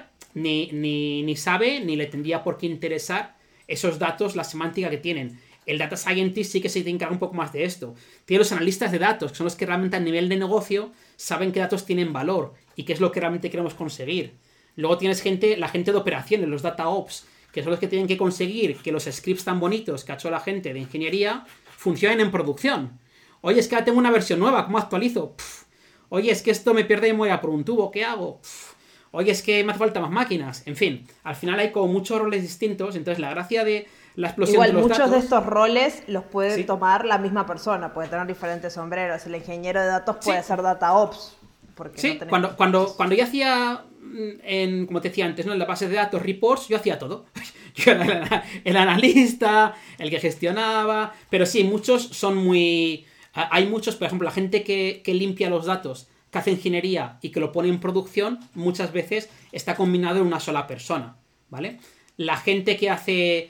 ni sabe, ni le tendría por qué interesar esos datos, la semántica que tienen. El data scientist sí que se encarga un poco más de esto. Tiene los analistas de datos, que son los que realmente a nivel de negocio saben qué datos tienen valor y qué es lo que realmente queremos conseguir. Luego tienes la gente de operaciones, los data ops, que son los que tienen que conseguir que los scripts tan bonitos que ha hecho la gente de ingeniería funcionen en producción. Oye, es que ahora tengo una versión nueva, ¿cómo actualizo? Oye, es que esto me pierde memoria por un tubo, ¿qué hago? Oye, es que me hace falta más máquinas. En fin, al final hay como muchos roles distintos. Entonces la gracia de la explosión de los datos... Igual muchos de estos roles los puede tomar la misma persona. Puede tener diferentes sombreros. El ingeniero de datos puede ser data ops. Porque sí, no cuando yo hacía, como te decía antes, ¿no? En la base de datos, reports, yo hacía todo. Yo era el analista, el que gestionaba... Pero sí, muchos son muy... Hay muchos, por ejemplo, la gente que limpia los datos, que hace ingeniería y que lo pone en producción, muchas veces está combinado en una sola persona, ¿vale? La gente que hace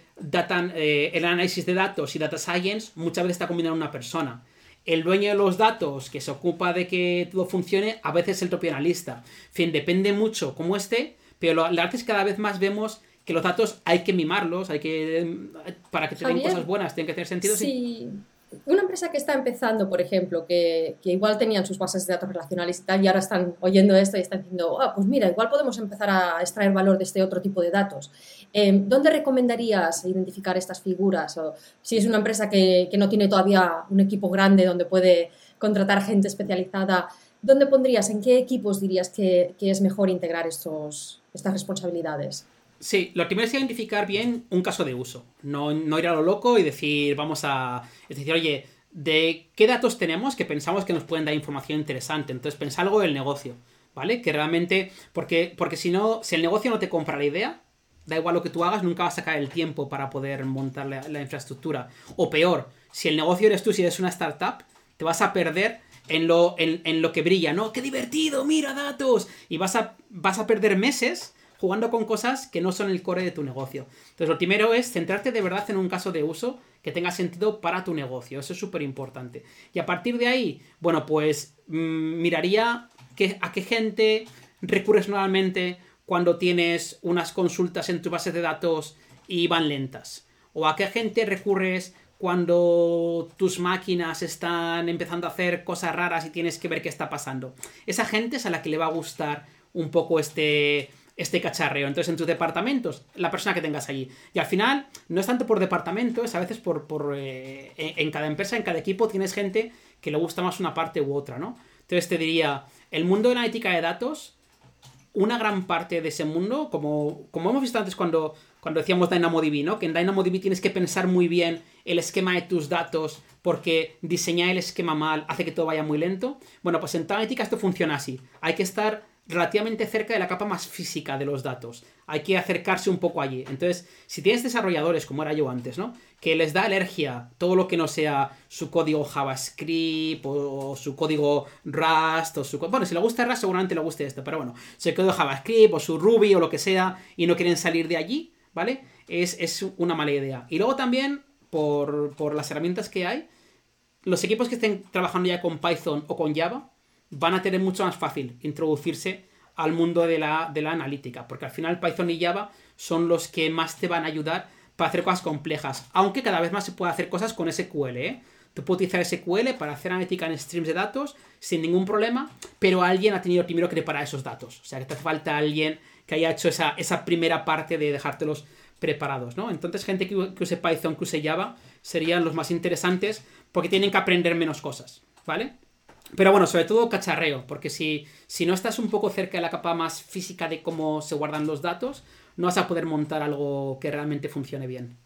el análisis de datos y data science, muchas veces está combinado en una persona. El dueño de los datos, que se ocupa de que todo funcione, a veces es el propio analista. En fin, depende mucho cómo esté, pero la verdad es que cada vez más vemos que los datos hay que mimarlos, para que te den cosas buenas, tienen que tener sentido. Sí. Una empresa que está empezando, por ejemplo, que igual tenían sus bases de datos relacionales y tal, y ahora están oyendo esto y están diciendo, pues mira, igual podemos empezar a extraer valor de este otro tipo de datos. ¿Dónde recomendarías identificar estas figuras? O si es una empresa que no tiene todavía un equipo grande donde puede contratar gente especializada, ¿dónde pondrías, en qué equipos dirías que es mejor integrar estas responsabilidades? Sí, lo primero es identificar bien un caso de uso. No ir a lo loco y decir, es decir, oye, ¿de qué datos tenemos que pensamos que nos pueden dar información interesante? Entonces, pensar algo del negocio, ¿vale? Que realmente, porque si no, si el negocio no te compra la idea, da igual lo que tú hagas, nunca vas a sacar el tiempo para poder montar la infraestructura. O peor, si el negocio eres tú, si eres una startup, te vas a perder en lo que brilla, ¿no? ¡Qué divertido! ¡Mira datos! Y vas a perder meses jugando con cosas que no son el core de tu negocio. Entonces, lo primero es centrarte de verdad en un caso de uso que tenga sentido para tu negocio. Eso es súper importante. Y a partir de ahí, bueno, pues miraría a qué gente recurres normalmente cuando tienes unas consultas en tu base de datos y van lentas. O a qué gente recurres cuando tus máquinas están empezando a hacer cosas raras y tienes que ver qué está pasando. Esa gente es a la que le va a gustar un poco este cacharreo. Entonces, en tus departamentos, la persona que tengas allí. Y al final, no es tanto por departamento, es a veces en cada empresa, en cada equipo, tienes gente que le gusta más una parte u otra, ¿no? Entonces te diría, el mundo de analítica de datos, una gran parte de ese mundo, como hemos visto antes cuando decíamos DynamoDB, ¿no? Que en DynamoDB tienes que pensar muy bien el esquema de tus datos, porque diseñar el esquema mal hace que todo vaya muy lento. Bueno, pues en analítica esto funciona así. Hay que estar relativamente cerca de la capa más física de los datos. Hay que acercarse un poco allí. Entonces, si tienes desarrolladores, como era yo antes, ¿no? Que les da alergia todo lo que no sea su código JavaScript o su código Rust bueno, si le gusta Rust seguramente le guste esto, pero bueno, su código JavaScript o su Ruby o lo que sea y no quieren salir de allí, ¿vale? Es una mala idea. Y luego también, por las herramientas que hay, los equipos que estén trabajando ya con Python o con Java van a tener mucho más fácil introducirse al mundo de la analítica, porque al final Python y Java son los que más te van a ayudar para hacer cosas complejas, aunque cada vez más se puede hacer cosas con SQL, ¿eh? Tú puedes utilizar SQL para hacer analítica en streams de datos sin ningún problema, pero alguien ha tenido primero que preparar esos datos. O sea, que te hace falta alguien que haya hecho esa primera parte de dejártelos preparados, ¿no? Entonces, gente que use Python, que use Java, serían los más interesantes porque tienen que aprender menos cosas, ¿vale? Pero bueno, sobre todo cacharreo, porque si no estás un poco cerca de la capa más física de cómo se guardan los datos, no vas a poder montar algo que realmente funcione bien.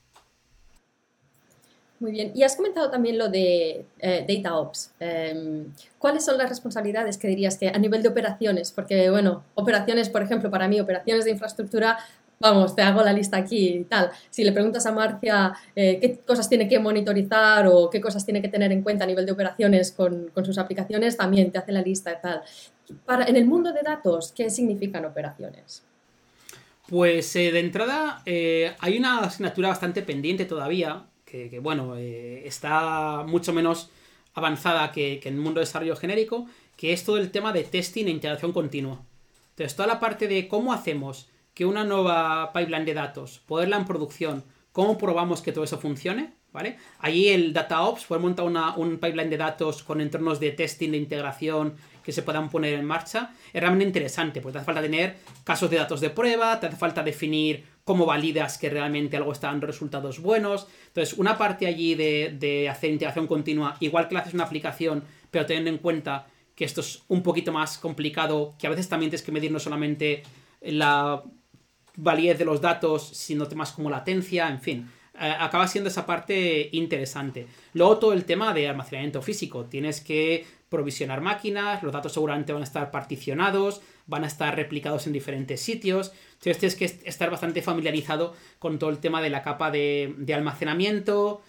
Muy bien. Y has comentado también lo de DataOps. ¿Cuáles son las responsabilidades que dirías que a nivel de operaciones? Porque, bueno, operaciones, por ejemplo, para mí, operaciones de infraestructura, vamos, te hago la lista aquí y tal. Si le preguntas a Marcia qué cosas tiene que monitorizar o qué cosas tiene que tener en cuenta a nivel de operaciones con sus aplicaciones, también te hace la lista y tal. En el mundo de datos, ¿qué significan operaciones? Pues de entrada hay una asignatura bastante pendiente todavía, que bueno, está mucho menos avanzada que en el mundo de desarrollo genérico, que es todo el tema de testing e integración continua. Entonces, toda la parte de cómo hacemos que una nueva pipeline de datos, ponerla en producción, cómo probamos que todo eso funcione, ¿vale? Allí el DataOps puede montar un pipeline de datos con entornos de testing, de integración, que se puedan poner en marcha, es realmente interesante, porque te hace falta tener casos de datos de prueba, te hace falta definir cómo validas que realmente algo está dando resultados buenos. Entonces, una parte allí de hacer integración continua, igual que le haces una aplicación, pero teniendo en cuenta que esto es un poquito más complicado, que a veces también tienes que medir no solamente la validez de los datos, sino temas como latencia, en fin. Acaba siendo esa parte interesante. Luego todo el tema de almacenamiento físico. Tienes que provisionar máquinas, los datos seguramente van a estar particionados, van a estar replicados en diferentes sitios. Entonces tienes que estar bastante familiarizado con todo el tema de la capa de almacenamiento,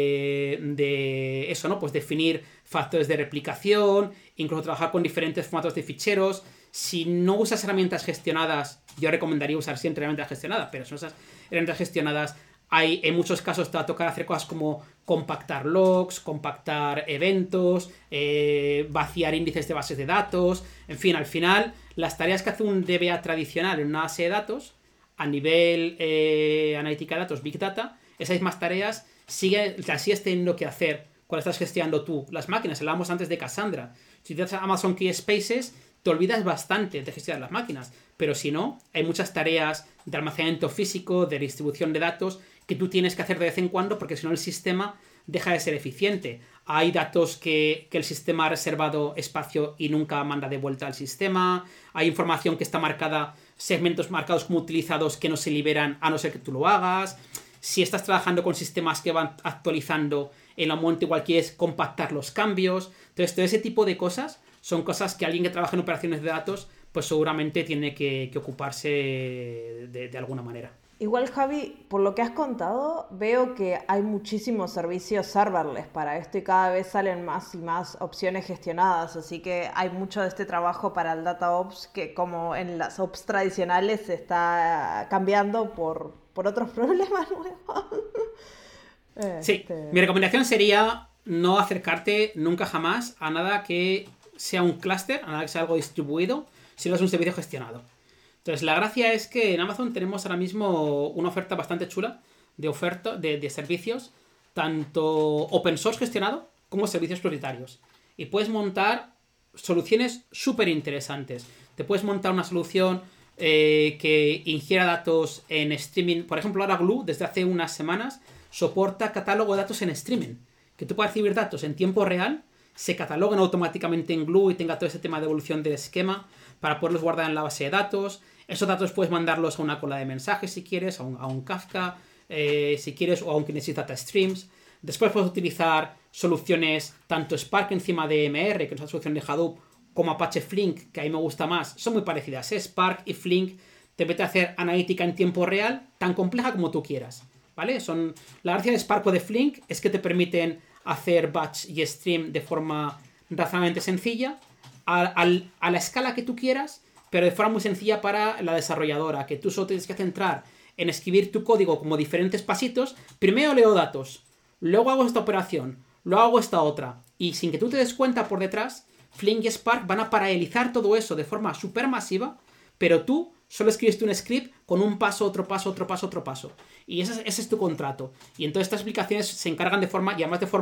de eso, ¿no? Pues definir factores de replicación, incluso trabajar con diferentes formatos de ficheros. Si no usas herramientas gestionadas, yo recomendaría usar siempre herramientas gestionadas, pero si no usas herramientas gestionadas, en muchos casos te va a tocar hacer cosas como compactar logs, compactar eventos, vaciar índices de bases de datos. En fin, al final, las tareas que hace un DBA tradicional en una base de datos, a nivel analítica de datos, Big Data, esas mismas tareas las sigues teniendo que hacer cuando estás gestionando tú las máquinas. Hablábamos antes de Cassandra. Si utilizas Amazon Key Spaces, te olvidas bastante de gestionar las máquinas. Pero si no, hay muchas tareas de almacenamiento físico, de distribución de datos, que tú tienes que hacer de vez en cuando, porque si no el sistema deja de ser eficiente. Hay datos que el sistema ha reservado espacio y nunca manda de vuelta al sistema. Hay información que está marcada, segmentos marcados como utilizados que no se liberan a no ser que tú lo hagas. Si estás trabajando con sistemas que van actualizando, en el momento igual quieres compactar los cambios. Entonces, todo ese tipo de cosas son cosas que alguien que trabaja en operaciones de datos, pues seguramente tiene que ocuparse de alguna manera. Igual, Javi, por lo que has contado, veo que hay muchísimos servicios serverless para esto y cada vez salen más y más opciones gestionadas, así que hay mucho de este trabajo para el DataOps que, como en las Ops tradicionales, se está cambiando por otros problemas nuevos. Sí, mi recomendación sería no acercarte nunca jamás a nada que sea un clúster, a nada que sea algo distribuido, si no es un servicio gestionado. Entonces, la gracia es que en Amazon tenemos ahora mismo una oferta bastante chula de servicios, tanto open source gestionado como servicios propietarios. Y puedes montar soluciones súper interesantes. Te puedes montar una solución que ingiera datos en streaming. Por ejemplo, ahora Glue, desde hace unas semanas, soporta catálogo de datos en streaming. Que tú puedas recibir datos en tiempo real, se catalogan automáticamente en Glue y tenga todo ese tema de evolución del esquema para poderlos guardar en la base de datos. Esos datos puedes mandarlos a una cola de mensajes si quieres, a un Kafka si quieres, o aunque necesites data streams. Después puedes utilizar soluciones tanto Spark encima de MR, que es una solución de Hadoop, como Apache Flink, que a mí me gusta más. Son muy parecidas, Spark y Flink te permite hacer analítica en tiempo real, tan compleja como tú quieras, ¿vale? La gracia de Spark o de Flink es que te permiten hacer batch y stream de forma razonablemente sencilla, a la escala que tú quieras, pero de forma muy sencilla para la desarrolladora, que tú solo tienes que centrar en escribir tu código como diferentes pasitos. Primero leo datos, luego hago esta operación, luego hago esta otra, y sin que tú te des cuenta por detrás, Flink y Spark van a paralelizar todo eso de forma súper masiva, pero tú solo escribiste un script con un paso, otro paso, otro paso, otro paso. Y ese es tu contrato. Y entonces estas aplicaciones se encargan de forma, y además de forma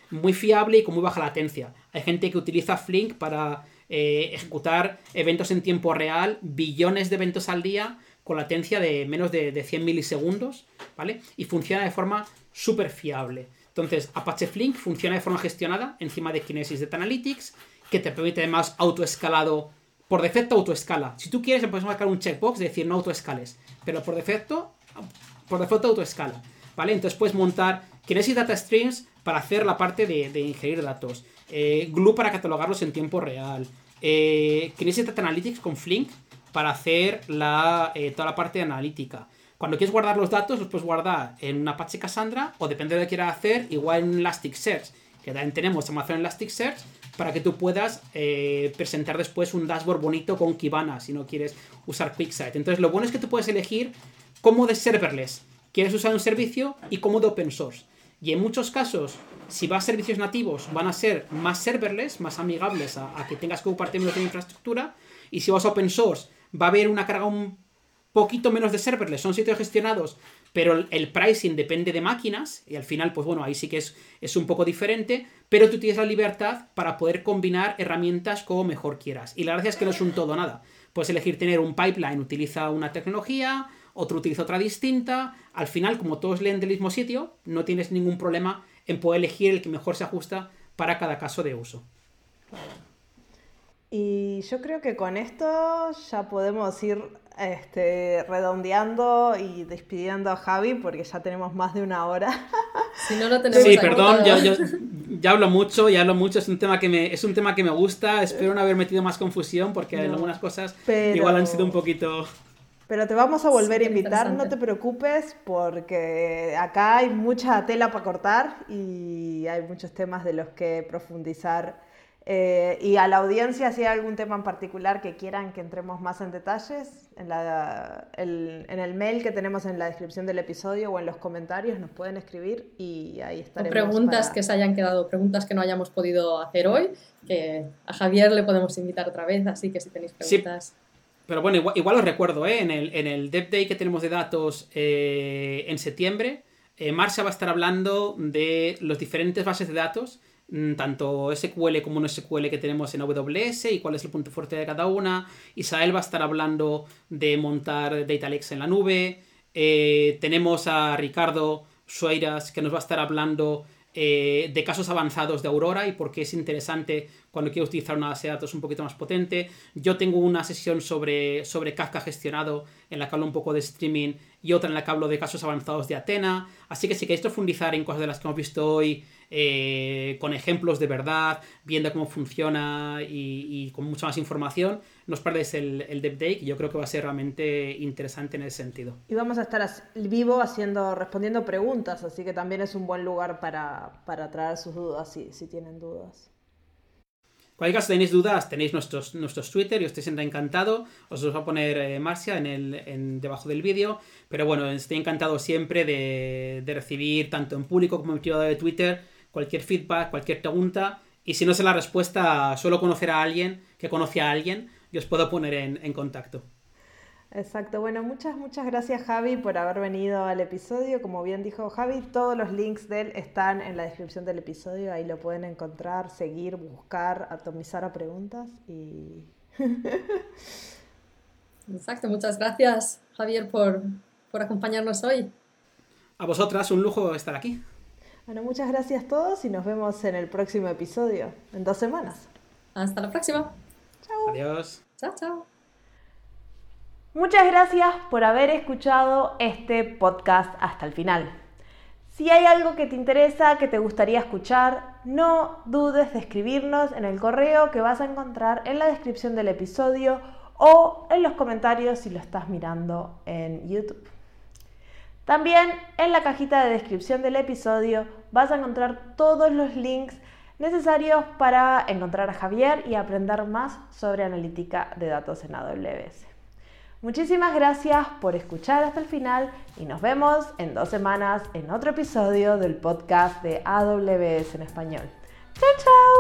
muy fiable y con muy baja latencia. Hay gente que utiliza Flink para ejecutar eventos en tiempo real, billones de eventos al día, con latencia de menos de 100 milisegundos, ¿vale? Y funciona de forma súper fiable. Entonces, Apache Flink funciona de forma gestionada encima de Kinesis Data Analytics, que te permite además autoescalado. Por defecto autoescala. Si tú quieres, le puedes marcar un checkbox de decir no autoescales, pero por defecto autoescala, ¿vale? Entonces puedes montar Kinesis Data Streams para hacer la parte de ingerir datos, Glue para catalogarlos en tiempo real, Kinesis Data Analytics con Flink para hacer toda la parte de analítica. Cuando quieres guardar los datos, los puedes guardar en un Apache Cassandra o, depende de lo que quieras hacer, igual en Elasticsearch, que también tenemos Amazon Elasticsearch, para que tú puedas presentar después un dashboard bonito con Kibana si no quieres usar QuickSight. Entonces, lo bueno es que tú puedes elegir cómo de serverless quieres usar un servicio y cómo de open source. Y en muchos casos, si vas a servicios nativos, van a ser más serverless, más amigables a que tengas que ocuparte menos de infraestructura. Y si vas a open source, va a haber una carga un poquito menos de serverless. Son sitios gestionados, pero el pricing depende de máquinas. Y al final, pues bueno, ahí sí que es un poco diferente. Pero tú tienes la libertad para poder combinar herramientas como mejor quieras. Y la gracia es que no es un todo o nada. Puedes elegir tener un pipeline, utiliza una tecnología, otro utiliza otra distinta. Al final, como todos leen del mismo sitio, no tienes ningún problema en poder elegir el que mejor se ajusta para cada caso de uso. Y yo creo que con esto ya podemos ir redondeando y despidiendo a Javi, porque ya tenemos más de una hora. Si no, lo tenemos. Sí, perdón, ya hablo mucho, es un tema que me gusta. Espero no haber metido más confusión, porque en algunas cosas igual han sido un poquito... Pero te vamos a volver a invitar, no te preocupes, porque acá hay mucha tela para cortar y hay muchos temas de los que profundizar. Y a la audiencia, si hay algún tema en particular que quieran que entremos más en detalles, en el mail que tenemos en la descripción del episodio o en los comentarios nos pueden escribir y ahí estaremos. O preguntas que se hayan quedado, preguntas que no hayamos podido hacer hoy, que a Javier le podemos invitar otra vez, así que si tenéis preguntas... Sí. Pero bueno, igual os recuerdo, en el Dev Day que tenemos de datos en septiembre, Marcia va a estar hablando de los diferentes bases de datos, tanto SQL como no SQL que tenemos en AWS y cuál es el punto fuerte de cada una. Isael va a estar hablando de montar Data Lakes en la nube. Tenemos a Ricardo Sueiras, que nos va a estar hablando de casos avanzados de Aurora y por qué es interesante cuando quiero utilizar una base de datos un poquito más potente. Yo tengo una sesión sobre Kafka gestionado en la que hablo un poco de streaming y otra en la que hablo de casos avanzados de Athena. Así que si queréis profundizar en cosas de las que hemos visto hoy, con ejemplos de verdad, viendo cómo funciona y con mucha más información, no os perdéis el Dev Day, que yo creo que va a ser realmente interesante en ese sentido. Y vamos a estar vivo respondiendo preguntas, así que también es un buen lugar para traer sus dudas si tienen dudas. Cualquier caso, tenéis dudas, tenéis nuestros Twitter y os estoy siendo encantado. Os los va a poner Marcia debajo del vídeo. Pero bueno, estoy encantado siempre de recibir, tanto en público como en privado de Twitter, cualquier feedback, cualquier pregunta. Y si no sé la respuesta, suelo conocer a alguien que conoce a alguien y os puedo poner en contacto. Exacto. Bueno, muchas gracias, Javi, por haber venido al episodio. Como bien dijo Javi, todos los links de él están en la descripción del episodio. Ahí lo pueden encontrar, seguir, buscar, atomizar a preguntas y... Exacto. Muchas gracias, Javier, por acompañarnos hoy. A vosotras, un lujo estar aquí. Bueno, muchas gracias a todos y nos vemos en el próximo episodio, en 2 semanas. Hasta la próxima. Chao. Adiós. Chao. Muchas gracias por haber escuchado este podcast hasta el final. Si hay algo que te interesa, que te gustaría escuchar, no dudes de escribirnos en el correo que vas a encontrar en la descripción del episodio o en los comentarios si lo estás mirando en YouTube. También en la cajita de descripción del episodio vas a encontrar todos los links necesarios para encontrar a Javier y aprender más sobre analítica de datos en AWS. Muchísimas gracias por escuchar hasta el final y nos vemos en 2 semanas en otro episodio del podcast de AWS en español. ¡Chao, chao!